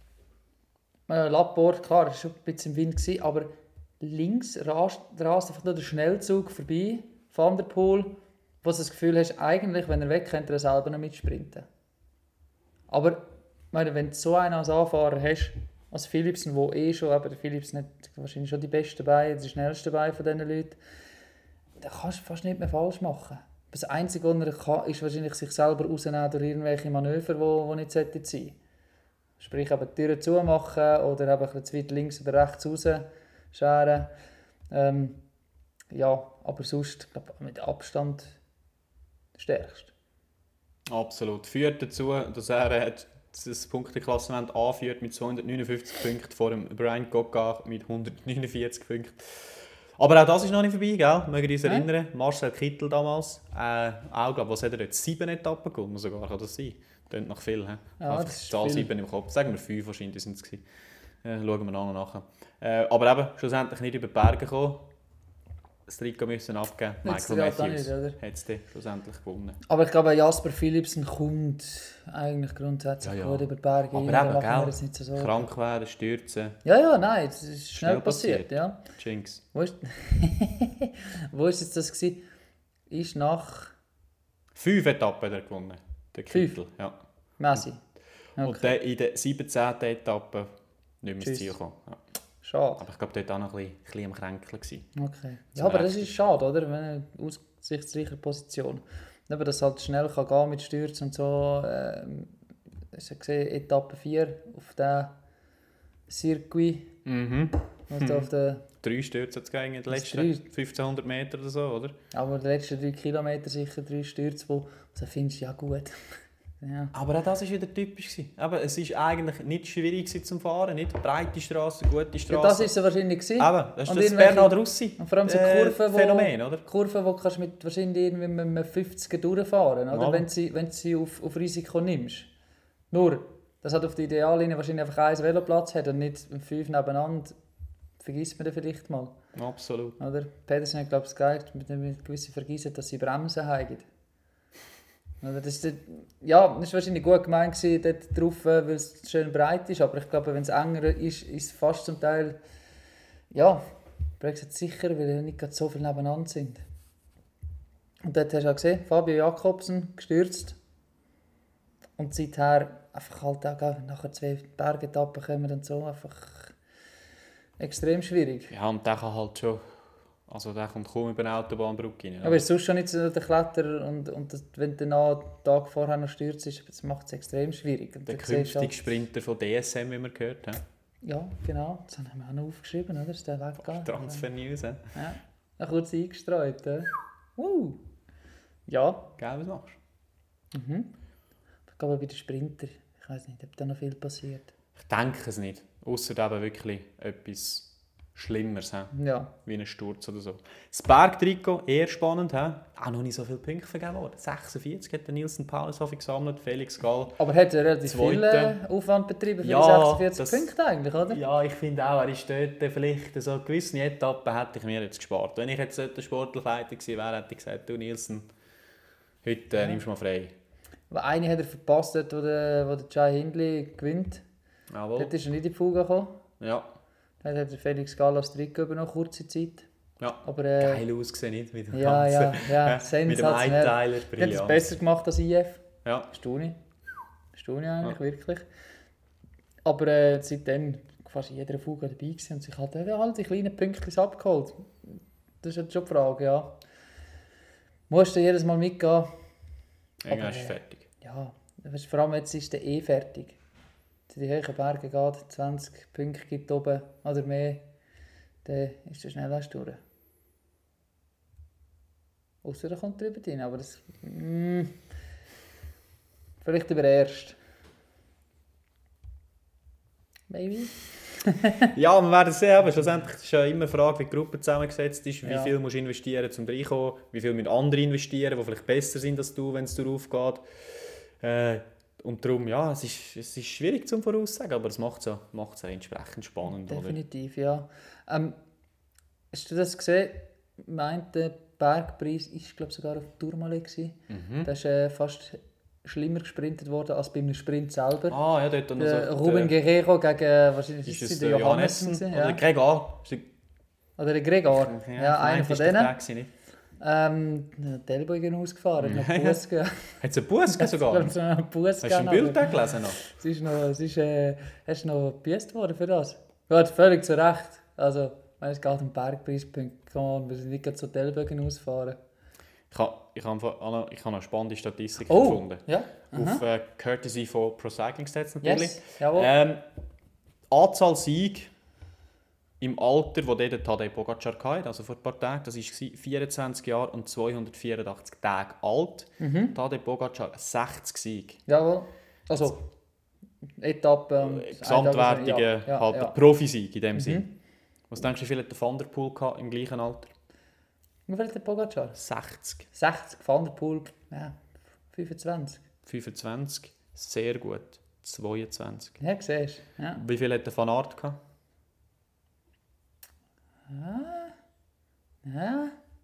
äh, Lapport, klar, das war schon ein bisschen im Wind, gewesen, aber links rast, rast einfach nur der Schnellzug vorbei, Van der Poel, wo du das Gefühl hast, eigentlich, wenn er weg könnte er selber noch mitsprinten. Aber ich meine, wenn du so einen als Anfahrer hast, als Philipsen, wo eh schon, aber der Philipsen hat wahrscheinlich schon die besten Beine, die schnellsten Beine von diesen Leuten, dann kannst du fast nicht mehr falsch machen. Das Einzige, was er kann, ist wahrscheinlich sich selber rausnehmen durch irgendwelche Manöver, die, die nicht sein sollten. Sprich, eben die Türen zumachen oder eben ein bisschen zu weit links oder rechts rausscheren. Ähm, ja, aber sonst, glaube ich, mit Abstand der stärkste. Absolut. Führt dazu, dass er äh, das Punkteklassement anführt mit zweihundertneunundfünfzig Punkten vor dem Brian Coca mit hundertneunundvierzig Punkten. Aber auch das ist noch nicht vorbei, gell? Mögen wir uns Nein. erinnern. Marcel Kittel damals, äh, auch, glaube was hat er dort? Sieben Etappen gewonnen sogar, kann das sein? Klingt noch viel, he? Ja, Einfach das die ist Zahl viel. sieben im Kopf. Sagen wir fünf wahrscheinlich sind es gewesen. Äh, schauen wir noch nachher. Äh, aber eben, schlussendlich nicht über die Berge gekommen. Das Trikot müssen abgeben. Jetzt Michael gerade auch Matthews nicht, oder? hat es dann schlussendlich gewonnen. Aber ich glaube, Jasper Philipsen kommt eigentlich grundsätzlich Ja, ja. gut über die Berge Aber rein, da eben, machen wir gell? jetzt nicht so Sorgen. Krank werden, stürzen, Ja, ja, nein, das ist schnell, Schnell passiert. passiert. Ja. Jinx. Wo ist, wo ist jetzt das gewesen? Ist nach Fünf Etappen hat er gewonnen, der Fünf? Kittel. Ja. Messi. Und Okay. dann in der siebenzehnten Etappe nicht mehr ins Tschüss. Ziel gekommen. Ja. Schade. Aber ich glaube, dort war auch noch ein bisschen, ein bisschen am Kränkeln. gewesen. Okay. Zum Ja, aber das Rechten. ist schade, oder? Wenn eine aussichtsreiche Position. Aber dass es halt schnell kann gehen mit Stürzen und so. Ähm, hast du gesehen, Etappe vier auf dem Circuit. Mhm. Was da auf der, Drei Stürze hat es gegeben in den Das letzten drei. fünfzehnhundert Meter oder so, oder? aber die letzten drei Kilometer sicher drei Stürze, wo du findest, ja gut. ja. Aber auch das war wieder typisch. gewesen. Aber es war eigentlich nicht schwierig gewesen zum Fahren. Nicht breite Straßen, gute Ja, Straßen. das ist es wahrscheinlich gewesen. Aber das ist Und das irgendwelche- Bernhard Russi Und vor allem so äh, Kurven, wo, Phänomen, oder? Kurven, wo kannst du mit wahrscheinlich irgendwie mit einem fünfziger durchfahren, oder? Ja. Wenn du sie, wenn du sie auf, auf Risiko nimmst. Nur, dass halt auf der Ideallinie wahrscheinlich einfach einen Veloplatz hat und nicht fünf nebeneinander, vergisst man dann vielleicht mal. Absolut. Oder? Pedersen hat, glaube ich, gesagt, mit einem gewissen Vergessen, dass sie Bremsen haben. Oder das, ist, dort- ja, das war wahrscheinlich gut gemeint gewesen, dort drauf, äh, weil es schön breit ist, aber ich glaube, wenn es enger ist, ist es fast zum Teil, ja, Brexit sicher, weil ja nicht gerade so viel nebeneinander sind. Und dort hast du auch gesehen, Fabio Jakobsen gestürzt. Und seither einfach halt auch gell, nachher zwei Bergetappen kommen und so, einfach extrem schwierig. Ja, und der kann halt schon... Also der kommt kaum über eine Autobahnbrücke rein. Aber es ist sonst schon nicht so der Kletterer und, und das, wenn du dann einen Tag vorher noch stürzt, das macht es extrem schwierig. Und Der dann siehst du künftige halt- Sprinter von D S M, wie wir gehört haben. Ja, genau. Das haben wir auch noch aufgeschrieben, oder? Ist der weggegangen? Transfer News, he? Ja, noch kurz eingestreut. Ja. Uh. Ja. Gell, was machst du? Mhm. Ich glaube bei den Sprinter, ich weiß nicht, ob da noch viel passiert. Ich denke es nicht. Ausser eben wirklich etwas Schlimmeres, he? Ja. Wie ein Sturz oder so. Das Bergtrikot, eher spannend. He? Auch noch nicht so viele Punkte vergeben worden. sechsundvierzig hat der Nielsen Paulus gesammelt, Felix Gall. Aber er hat ja relativ Zweite. viel äh, Aufwand betrieben für Ja, die sechsundvierzig das- Punkte eigentlich, oder? Ja, ich finde auch, er ist dort vielleicht so gewisse Etappen hätte ich mir jetzt gespart. Wenn ich jetzt der Sportlerleiter gewesen wäre, hätte ich gesagt, du Nielsen, heute äh, Ja. nimmst du mal frei. Aber eine hat er verpasst, dort, wo der, wo der Jai Hindley gewinnt. Jawohl. Dort ist er nicht in die Fuge gekommen. Ja, Dann hat der Felix Gall als Trikot über noch kurze Zeit. ja. Aber äh, Geil ausgesehen, nicht? Mit dem ja, ja, ganzen- ja, mit dem sensationell. Einteiler, Er hat es brillant. besser gemacht als I F. Ja. Staune. Staune eigentlich, Ja. wirklich. Aber äh, seitdem fast in jeder Fuge dabei gewesen und sich halt äh, all die kleinen Pünktchen abgeholt. Das ist jetzt schon die Frage, ja. Musst du jedes Mal mitgehen? Irgendwann Aber, ist es äh, fertig. Ja, weißt, vor allem jetzt ist der eh fertig. Zu den hohen Bergen geht, zwanzig Punkte gibt oben oder mehr, dann ist der schnell erst durch. Ausser er kommt drüber rein, aber das... Mm, vielleicht über erst. Maybe? Ja, wir werden sehen, aber schlussendlich ist ja immer eine Frage, wie die Gruppe zusammengesetzt ist, wie Ja. viel musst du investieren, um reinkommen, wie viel müssen andere investieren, die vielleicht besser sind als du, wenn es darauf geht. Äh, und darum, ja, es ist, es ist schwierig zum Voraussagen, aber es macht es ja, macht's ja entsprechend spannend, oder? Definitiv, ja. Ähm, Hast du das gesehen? Meint, der Bergpreis war, glaube sogar auf Tourmalet. Mhm. Da ist äh, fast schlimmer gesprintet worden als bei einem Sprint selber. Ah, ja, dort noch Der so... Ruben Guerrero gegen, wahrscheinlich Ist ist es es der der Johannessen? Johannessen. Oder Ja. Gregor? Ist der- Oder der Gregor. Ja, einer von ist doch denen. der gewesen, nicht? Ähm, der hat die Ellbogen ausgefahren, hat Ja, noch ja. Buß gegeben. Hat es einen Bus gegeben sogar? Ich glaube, einen Buß Hast du ein Bild gelesen noch? Es ist noch, es ist, äh, hast du noch gebüßt worden für das? Ja, völlig zu Recht. Also, es geht um bergpreis punkt com, wir sind nicht gerade so die Ellbogen ausfahren. Ich habe ich hab einfach auch noch, ich hab noch eine spannende Statistik Oh, gefunden. ja. Auf äh, Courtesy von Pro Cycling Stats natürlich. Yes, jawohl. Ähm, Anzahl Siege im Alter, wo der Tadej Pogacar hatte, also vor ein paar Tagen, das war vierundzwanzig Jahre und zweihundertvierundachtzig Tage alt. Mhm. Tadej Pogacar sechzig Siege. Jawohl. Also, Etappe und... Gesamtwertige, Ja, ja, halt ja. der Profisieg in dem Mhm. Sinn. Was denkst du, wie viel hat der Van der Poel gehabt im gleichen Alter? Wie viel hat der Pogacar? sechzig. sechzig, Van der Poel, ja, fünfundzwanzig. fünfundzwanzig. Sehr gut. zweiundzwanzig. Ja, siehst du. Ja. Wie viel hat der Van Aert gehabt? ja.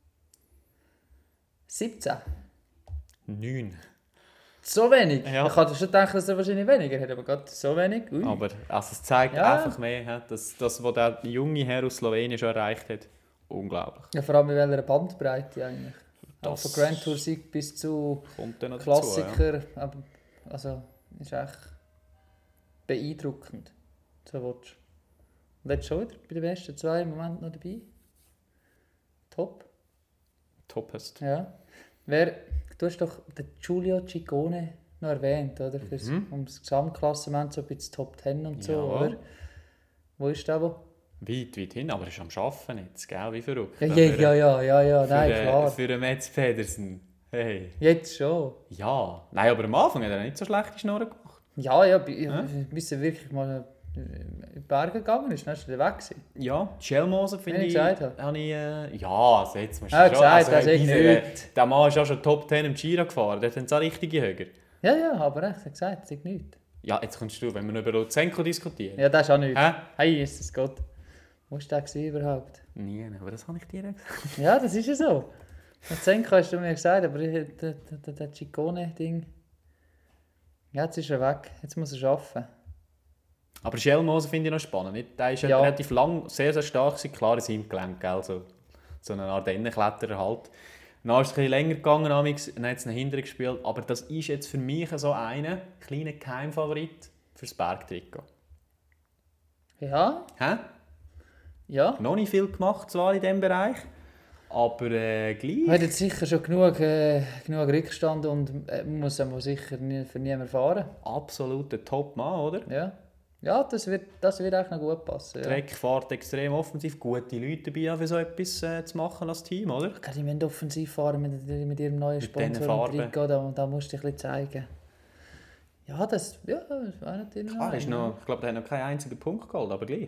siebzehn. neun. So wenig? Ja. Ich hatte schon gedacht, dass er wahrscheinlich weniger hat, aber gerade so wenig. Ui. Aber also es zeigt Ja. einfach mehr, he, dass das, was der junge Herr aus Slowenien schon erreicht hat, unglaublich. Ja, vor allem mit welcher Bandbreite eigentlich. Auch Das von Grand Tour Sieg bis zu kommt dann noch Klassiker. dazu. Ja. Aber, also, ist echt beeindruckend. So willst du. Und jetzt schon wieder bei den besten zwei im Moment noch dabei. Top. Toppest. Ja. Wer, du hast doch den Giulio Ciccone noch erwähnt, oder? Fürs, Mhm. um das Gesamtklassement, so ein bisschen Top Ten und so, Ja. oder? Wo ist der wo? Weit, weit hin, aber er ist am Arbeiten jetzt, gell? Wie verrückt. Ja, Aber, ja, ja, ja, ja, ja, für, nein, äh, klar. Für den Mats Pedersen. Hey. Jetzt schon. Ja. Nein, aber am Anfang hat er nicht so schlechte Schnurren gemacht. Ja, ja, bi- Ja? bis er wirklich mal in die Berge gegangen ist, dann ist er weg gewesen. Ja, Schelmoser finde Wenn ich... ich gesagt habe. habe ich äh, ja, also jetzt musst du Ja, schon... gesagt, das ist dieser, nichts. äh, der Mann ist auch schon Top Ten im Giro gefahren, der hat dann so richtige Höger. Ja, ja, aber recht, er hat gesagt, es ist nichts. Ja, jetzt kommst du, wenn wir noch über Luzenko diskutieren. Ja, das ist auch nichts. Hä? Hey, ist es Gott. Wo war der gewesen überhaupt? Nie, aber das habe ich dir gesagt. Ja, das ist ja so. Zenko hast du mir gesagt, aber ich, der, der, der Ciccone-Ding... Ja, jetzt ist er weg. Jetzt muss er arbeiten. Aber Schelmoser finde ich noch spannend. Nicht? Der ist ja Ja. relativ lang sehr, sehr stark gewesen. Klar in seinem Gelenk, gell? So, so eine Ardennenkletterer halt. Dann ist es ein bisschen länger gegangen, amigs, dann hat es einen Hinterher gespielt. Aber das ist jetzt für mich so ein kleiner Geheimfavorit fürs Bergtrikot. Ja, Hä? ja. Noch nicht viel gemacht zwar in diesem Bereich, aber äh, Er gleich. hat jetzt sicher schon genug, äh, genug Rückstand und äh, muss aber sicher nie, für niemanden fahren. Absoluter Top-Mann, oder? Ja, ja das, wird, das wird echt noch gut passen. Ja. Trek fährt extrem offensiv, gute Leute dabei, auch für so etwas äh, zu machen als Team, oder? Die müssen offensiv fahren mit, mit ihrem neuen Mit diesen Sponsor Farben. und Trikot, da, da musst du dich ein bisschen zeigen. Ja, das, ja, das wäre natürlich Klar, noch ist ein, noch, ich glaube, der hat noch keinen einzigen Punkt geholt, aber gleich.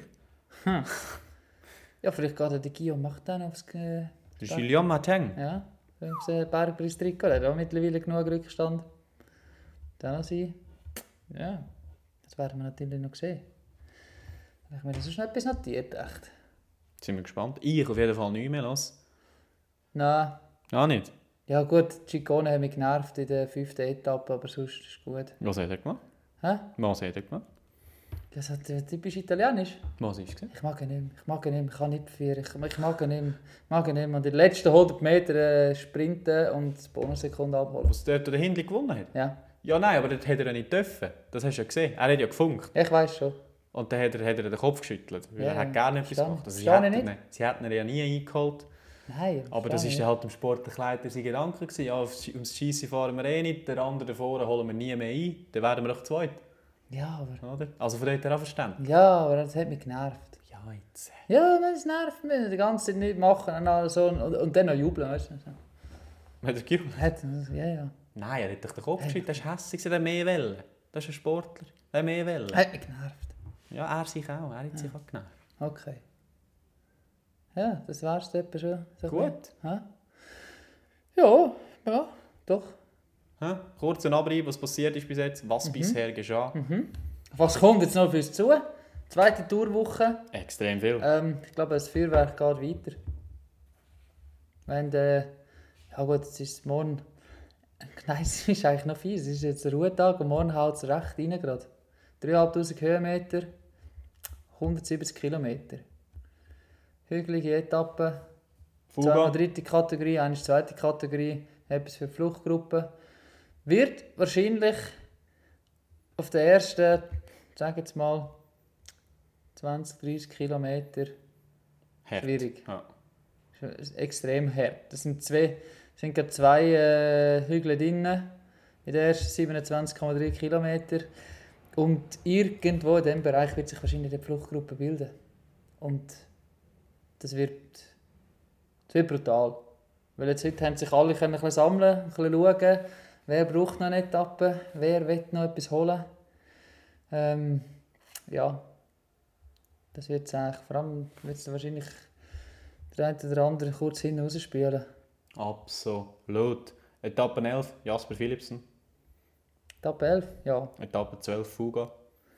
Ja, vielleicht geht der Guillaume macht dann aufs... Äh, Der Julien Martin. ja, aufs äh, Bergpreis-Trikot. Er hat auch mittlerweile genug Rückstand. Dann noch sein. Ja, das werden wir natürlich noch sehen. Ich mir das ist noch etwas notiert, echt. Sind wir gespannt. Ich auf jeden Fall nicht mehr los. Nein. Ah, nicht? Ja gut, Ciccone hat mich genervt in der fünften Etappe, aber sonst ist es gut. Was hat er gemacht? Hä? Was hat er gemacht? Das hat äh, typisch italienisch. Was ist es? Ich mag ihn nicht mehr. Ich mag ihn nicht mehr. Ich kann nicht führen. Ich, ich mag ihn nicht mehr. Ich mag ihn nicht mehr. Und in den letzten hundert Meter äh, sprinten und die Bonussekunde abholen. Was dort der Hindli gewonnen hat? Ja, Ja, nein, aber das hätte er ja nicht dürfen. Das hast du ja gesehen. Er hat ja gefunkt. ich weiß schon. Und dann hat er, hat er den Kopf geschüttelt. Weil Ja, er hat gerne etwas verstehe. gemacht. Also, sie, Verstehe ich hätten nicht. ihn, sie hätten ihn ja nie eingeholt. Nein. Aber das war halt im sportlichen Leiter sein Gedanke. gewesen. Ja, aufs- ums Schiessen fahren wir eh nicht, der andere davor holen wir nie mehr ein. Dann werden wir doch zweit. Ja, aber... Oder? Also von dort her auch verständlich. Ja, aber das hat mich genervt. Ja, jetzt. Ja, das nervt mich. Die ganze Zeit nicht machen und, alles so. und, und dann noch jubeln, weißt du. Hat er gejubelt? Hat, ja, ja. Nein, er hat doch den Kopf geschüttelt. Das ist hässlich, er hat mehr Wellen. Das ist ein Sportler. Er hat mehr Wellen. Hat mich genervt. Ja, er sich auch. Er hat sich auch genervt. Okay. Ja, das wär's etwa schon. So Gut. Hä? Ja, ja, doch. Hä? Kurz ein Abrieb, was passiert ist bis jetzt, was bisher geschah. Was kommt jetzt noch auf uns zu? Zweite Tourwoche. Extrem viel. Ähm, ich glaube, das Feuerwerk geht weiter. Wenn der... Ja gut, jetzt ist es morgen... Nein, es ist eigentlich noch viel. Es ist jetzt ein Ruhetag und morgen haut es recht rein gerade. dreitausendfünfhundert Höhenmeter, hundertsiebzig Kilometer. Hügelige Etappe. Fuga. Zweimal dritte Kategorie, eine zweite Kategorie. Etwas für die Fluchtgruppe. Wird wahrscheinlich auf den ersten, sagen jetzt mal, zwanzig, dreissig Kilometer Hart. schwierig. Ja. Ist extrem hart. Das sind zwei, sind gerade zwei äh, Hügel drin. In der ersten siebenundzwanzig Komma drei Kilometer. Und irgendwo in diesem Bereich wird sich wahrscheinlich die Fluchtgruppe bilden. Und das wird, das wird brutal. Weil jetzt heute haben sich alle ein bisschen sammeln, ein bisschen schauen, wer braucht noch eine Etappe, wer will noch etwas holen. Ähm, ja, das wird es eigentlich. Vor allem wird es wahrscheinlich der eine oder andere kurz hinten rausspielen. Absolut. Etappe elf, Jasper Philipsen. Etappe elf, ja. Etappe zwölf, Fuga.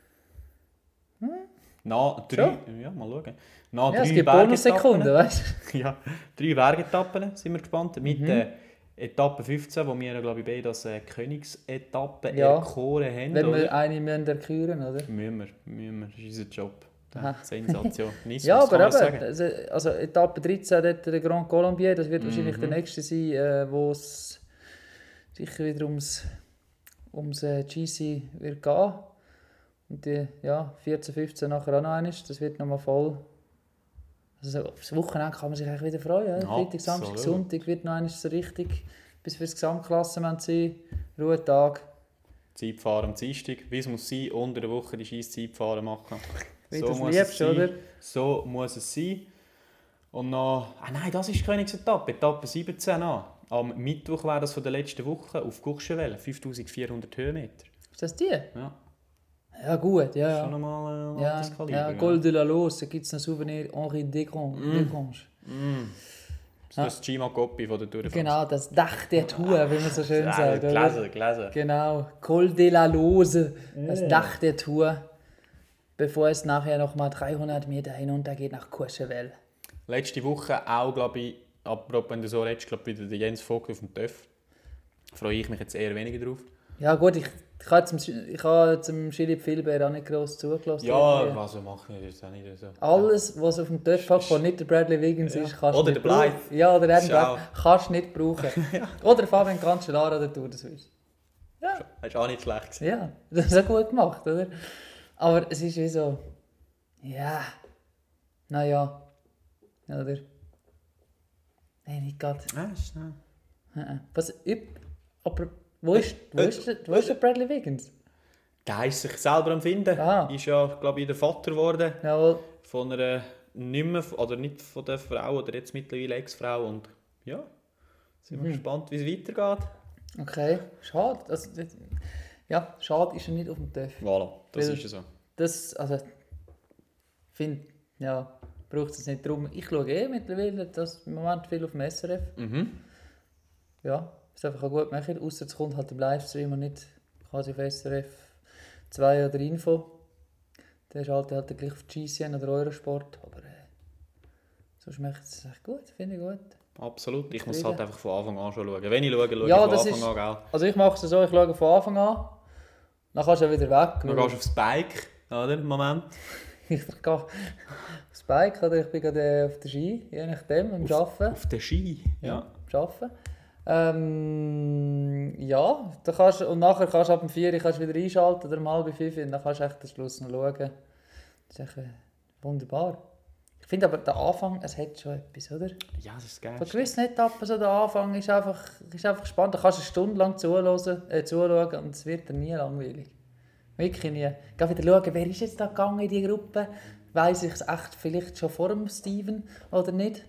Hm? Na, drei, ja, mal schauen. Na, Ja, es drei gibt Bergetappen. Bonussekunden, weißt du? Ja, drei Bergetappen sind wir gespannt. Mit Mhm. der Etappe fünfzehn, wo wir, glaube ich, beide als äh, Königsetappe Ja. erkoren haben. Wenn wir oder? eine müssen erküren, oder? Müssen wir, müssen wir. Das ist unser Job. Aha. Sensation. Nichts, Ja, was kann aber man eben, sagen. also, also Etappe dreizehn, dort der Grand Colombier, das wird wahrscheinlich Mhm. der nächste sein, äh, wo es sicher wieder ums, ums äh, G C wird gehen. Und die, ja, vierzehn, fünfzehn nachher auch noch eines, das wird nochmal voll. Also so, aufs Wochenende kann man sich eigentlich wieder freuen. Oder? Freitag, Samstag, Absolut. Sonntag wird noch eines so richtig, bis für das Gesamtklassement sein. Ruhetag. Zeitfahren am Dienstag, wie es muss sein, unter der Woche die scheiß Zeitfahren machen. Wie du es muss liebst, es sein. oder? So muss es sein. Und noch... Ah nein, das ist die Königsetappe, Etappe siebzehn an. Am Mittwoch wäre das von der letzten Woche auf Courchevel, fünftausendvierhundert Höhenmeter. Ist das die? Ja, Ja gut, ja. schon ja. nochmal ein Ja, anderes Kaliber. ja, Col de la Lose, da gibt es noch Souvenir Henri Desgrange. Mm. Das ist das Gima Coppi von der Tour de France. Genau, das Dach der Tour, wie man so schön Ja, sagt. oder? gelesen, gelesen. Genau, Col de la Lose, das Dach der Tour, bevor es nachher nochmal dreihundert Meter hinunter geht nach Courchevel. Letzte Woche auch, glaube ich, apropos wenn du so redest, glaube ich, wieder der Jens Vogt auf dem Töff. Freue ich mich jetzt eher weniger drauf. Ja gut, ich, ich habe zum, ich habe zum Philipp Filber auch nicht gross zugelassen. Ja, irgendwie. also mache ich das auch nicht so. Alles, was auf dem Töpf hat, was nicht der Bradley Wiggins Ja. ist, kannst du Oder nicht der Blythe. brauchen. Ja, oder der Schau. Blythe kannst du nicht brauchen. Oder Fabian Cancellara oder Tour de Suisse. Ja. Das war auch nicht schlecht gewesen. Ja, das ist auch gut gemacht, oder? Aber es ist wie so... Ja... Naja... Oder? Nein, nicht gerade. Ja, ist schnell. Was... üb- Aber wo ist, wo ist, der, wo ist der Bradley Wiggins? Der ist sich selber am Finden. Ah. Ist ja, glaube ich, der Vater geworden Jawohl. von einer nicht mehr, oder nicht von der Frau, oder jetzt mittlerweile Ex-Frau. Und ja, sind wir Mhm. gespannt, wie es weitergeht. Okay, schade. Also, das, ja, schade ist er nicht auf dem Töpf. Voilà, das Weil- ist ja so. Das, also... Ich finde, ja... Braucht es nicht drum. Ich schaue eh mittlerweile das im Moment viel auf dem S R F. Mhm. Ja, ist einfach auch gut gemacht. Ausser es kommt halt im Livestream und nicht quasi auf S R F zwei oder Info. Der schaltet halt dann gleich auf G C N oder Eurosport. Aber äh, so schmeckt es echt gut, finde ich gut. Absolut. Ich muss Zufrieden. halt einfach von Anfang an schon schauen. Wenn ich schaue, schaue Ja, ich das von ist- Anfang an, gell? Also ich mache es so, ich schaue von Anfang an. Dann kannst du ja wieder weg. Dann gehst du aufs Bike, oder? Moment. Ich gehe aufs Bike oder ich bin gerade äh, auf der Ski, je nachdem, am Arbeiten. Auf den Ski. Ja. am Arbeiten. Ähm, ja, da kannst, und nachher kannst du ab dem vier Uhr kannst du wieder einschalten oder um halb fünf und dann kannst du echt den Schluss noch schauen. Das ist echt äh, wunderbar. Ich finde aber, der Anfang, es hat schon etwas, oder? Ja, das ist geil. Bei gewissen Etappen, so der Anfang ist einfach, ist einfach spannend. Da kannst du eine Stunde lang zuhören, äh, zuschauen und es wird dir nie langweilig. Wirklich nie. Ich gehe wieder schauen, wer ist jetzt da gegangen in die Gruppe? Weiss ich es echt vielleicht schon vor dem Steven oder nicht?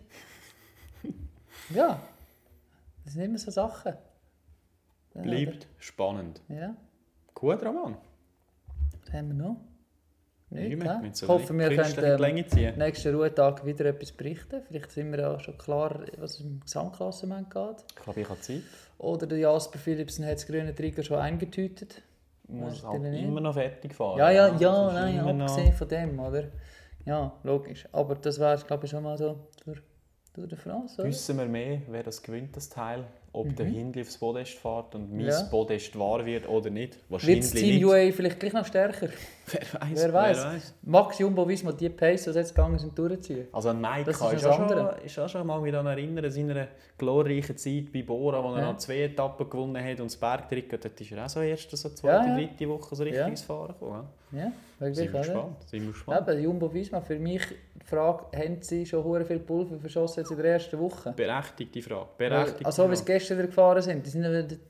Ja, das sind immer so Sachen. Ja, Bleibt spannend. oder? Ja, Gut, Roman. was haben wir noch? Nichts, Nicht mehr. hä? Wir Ich sollen hoffe, nicht wir künstlich in die können Länge ziehen. am nächsten Ruhetag wieder etwas berichten. Vielleicht sind wir ja schon klar, was im Gesamtklassement geht. Ich glaube, ich habe Zeit. Oder der Jasper Philipsen hat das grüne Trigger schon eingetütet. muss Weißt halt du nicht? immer noch fertig fahren. Ja, ja, Das ja, ist nein, immer noch- abgesehen von dem, oder? Ja, logisch. Aber das wäre, glaube ich, schon mal so durch, durch die France, oder? Wissen wir mehr, wer das gewinnt, das Teil? Ob der Hindli aufs Podest fährt und mein Mhm. Ja. Podest wahr wird oder nicht? Wird Wahrscheinlich das Team nicht. U A E vielleicht gleich noch stärker? Wer weiß, Wer weiß? weiss. Max Jumbo Visma die Pace, die sie jetzt gegangen sind, durchziehen? Also an Maika Das ist ist, das auch schon, andere. ist auch schon mal wieder an erinnern, seiner glorreichen Zeit bei Bora, wo er Ja. noch zwei Etappen gewonnen hat und das Bergtrikot, dort ist er auch so erst so Ja, zweite, ja. dritte Woche so richtig Ja. ins Fahren gekommen. Ja, Sind wirklich, wir oder? gespannt. Sind wir gespannt. Eben, Jumbo Visma, für mich die Frage, haben sie schon hure viel Pulver verschossen jetzt in der ersten Woche? Berechtigte Frage. Weil, Berechtigte also, wie Frage. sie gestern wieder gefahren sind, die sind ja wieder-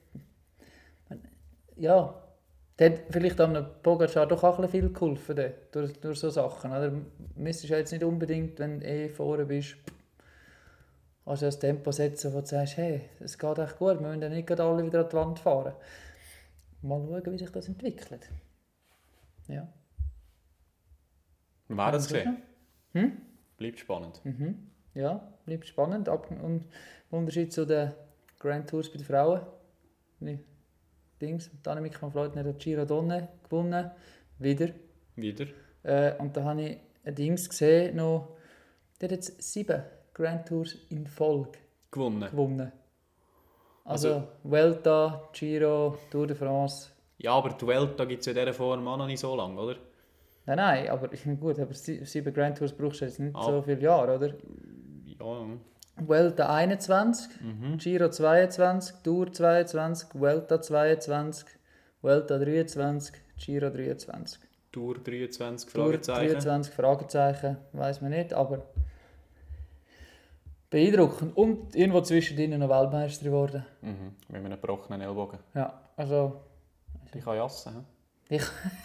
ja, der hat vielleicht am Pogacar doch auch ein bisschen viel geholfen der, durch, durch so Sachen. Oder? Du müsstest ja jetzt nicht unbedingt, wenn du eh vorne bist, kannst du das Tempo setzen, wo du sagst, hey, es geht echt gut, wir müssen ja nicht gerade alle wieder an die Wand fahren. Mal schauen, wie sich das entwickelt. Ja. Wir werden es Also, sehen. Hm? Bleibt spannend. Mhm. Ja, bleibt spannend. Ab und im Unterschied zu den Grand Tours bei den Frauen. Die Dings. Annemiek van Vleuten hat den Giro Donne gewonnen. Wieder. Wieder. Äh, und da habe ich ein Dings gesehen, noch, der hat jetzt sieben Grand Tours in Folge Gewonnen. gewonnen. Also, Also- Vuelta, Giro, Tour de France. Ja, aber die Welt gibt es in dieser Form auch noch nicht so lange, oder? Nein, nein, aber gut, aber sie- sieben Grand Tours brauchst du jetzt nicht Ah. so viele Jahre, oder? Ja. Vuelta einundzwanzig, Mhm. Giro zweiundzwanzig, Tour zweiundzwanzig, Vuelta zweiundzwanzig, Vuelta dreiundzwanzig, Giro dreiundzwanzig. Tour dreiundzwanzig, Tour Fragezeichen. dreiundzwanzig, Fragezeichen, weiß man nicht, aber beeindruckend. Und irgendwo zwischendrin noch Weltmeister geworden. Mhm. Mit einem gebrochenen Ellbogen. Ja, also, Ich kann jassen. ich...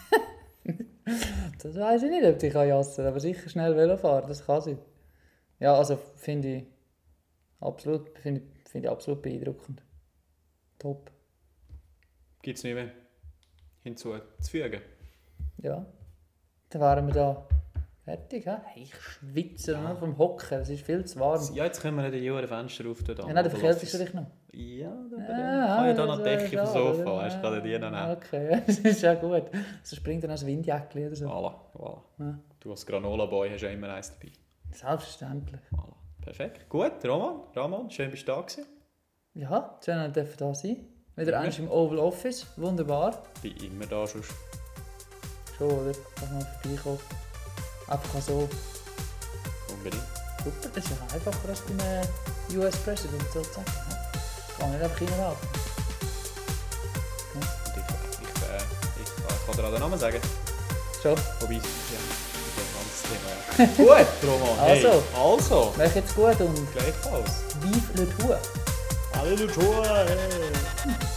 das weiß ich nicht, ob ich kann jassen, aber sicher schnell Velo fahren, das kann sie. Ja, also finde ich absolut, finde ich, finde ich absolut beeindruckend. Top. Gibt es nicht mehr hinzuzufügen? Ja, dann wären wir da fertig. He? Hey, ich schwitze Ja. nur vom Hocken, es ist viel zu warm. Ja, jetzt können wir die Jahre Fenster auf tun. Ja, nein, dann verkältest du dich noch. Ja, da Ah, kann ich da noch das die ist Decke ja vom schade, Sofa, oder? weißt du, kann ich die noch nehmen. Okay, das ist ja gut. So springt dann ein Windjäckchen oder so. Voilà, voilà. Ja. Du als Granola-Boy hast ja immer eins dabei. Selbstverständlich. Voilà. Perfekt. Gut, Roman, Ramon, schön bist du da gewesen. Ja, schön, dass wir da sein. Wieder Ja. eins im Oval Office, wunderbar. Bin immer da schon. Schon, oder? Kann man vorbeikommen. Einfach so. Unbedingt. Super, das ist ja einfacher als beim äh, U S-President sozusagen. Ne? Kann man nicht einfach reinlaufen. Und ich, ich, äh, ich, ich kann dir auch den Namen sagen. Schon. Wobei, ja, das ist ein anderes Thema. Gut, Roman. Hey, Also. also. Mach jetzt gut und Gleichfalls. vive le tour! Alle Tour, hey.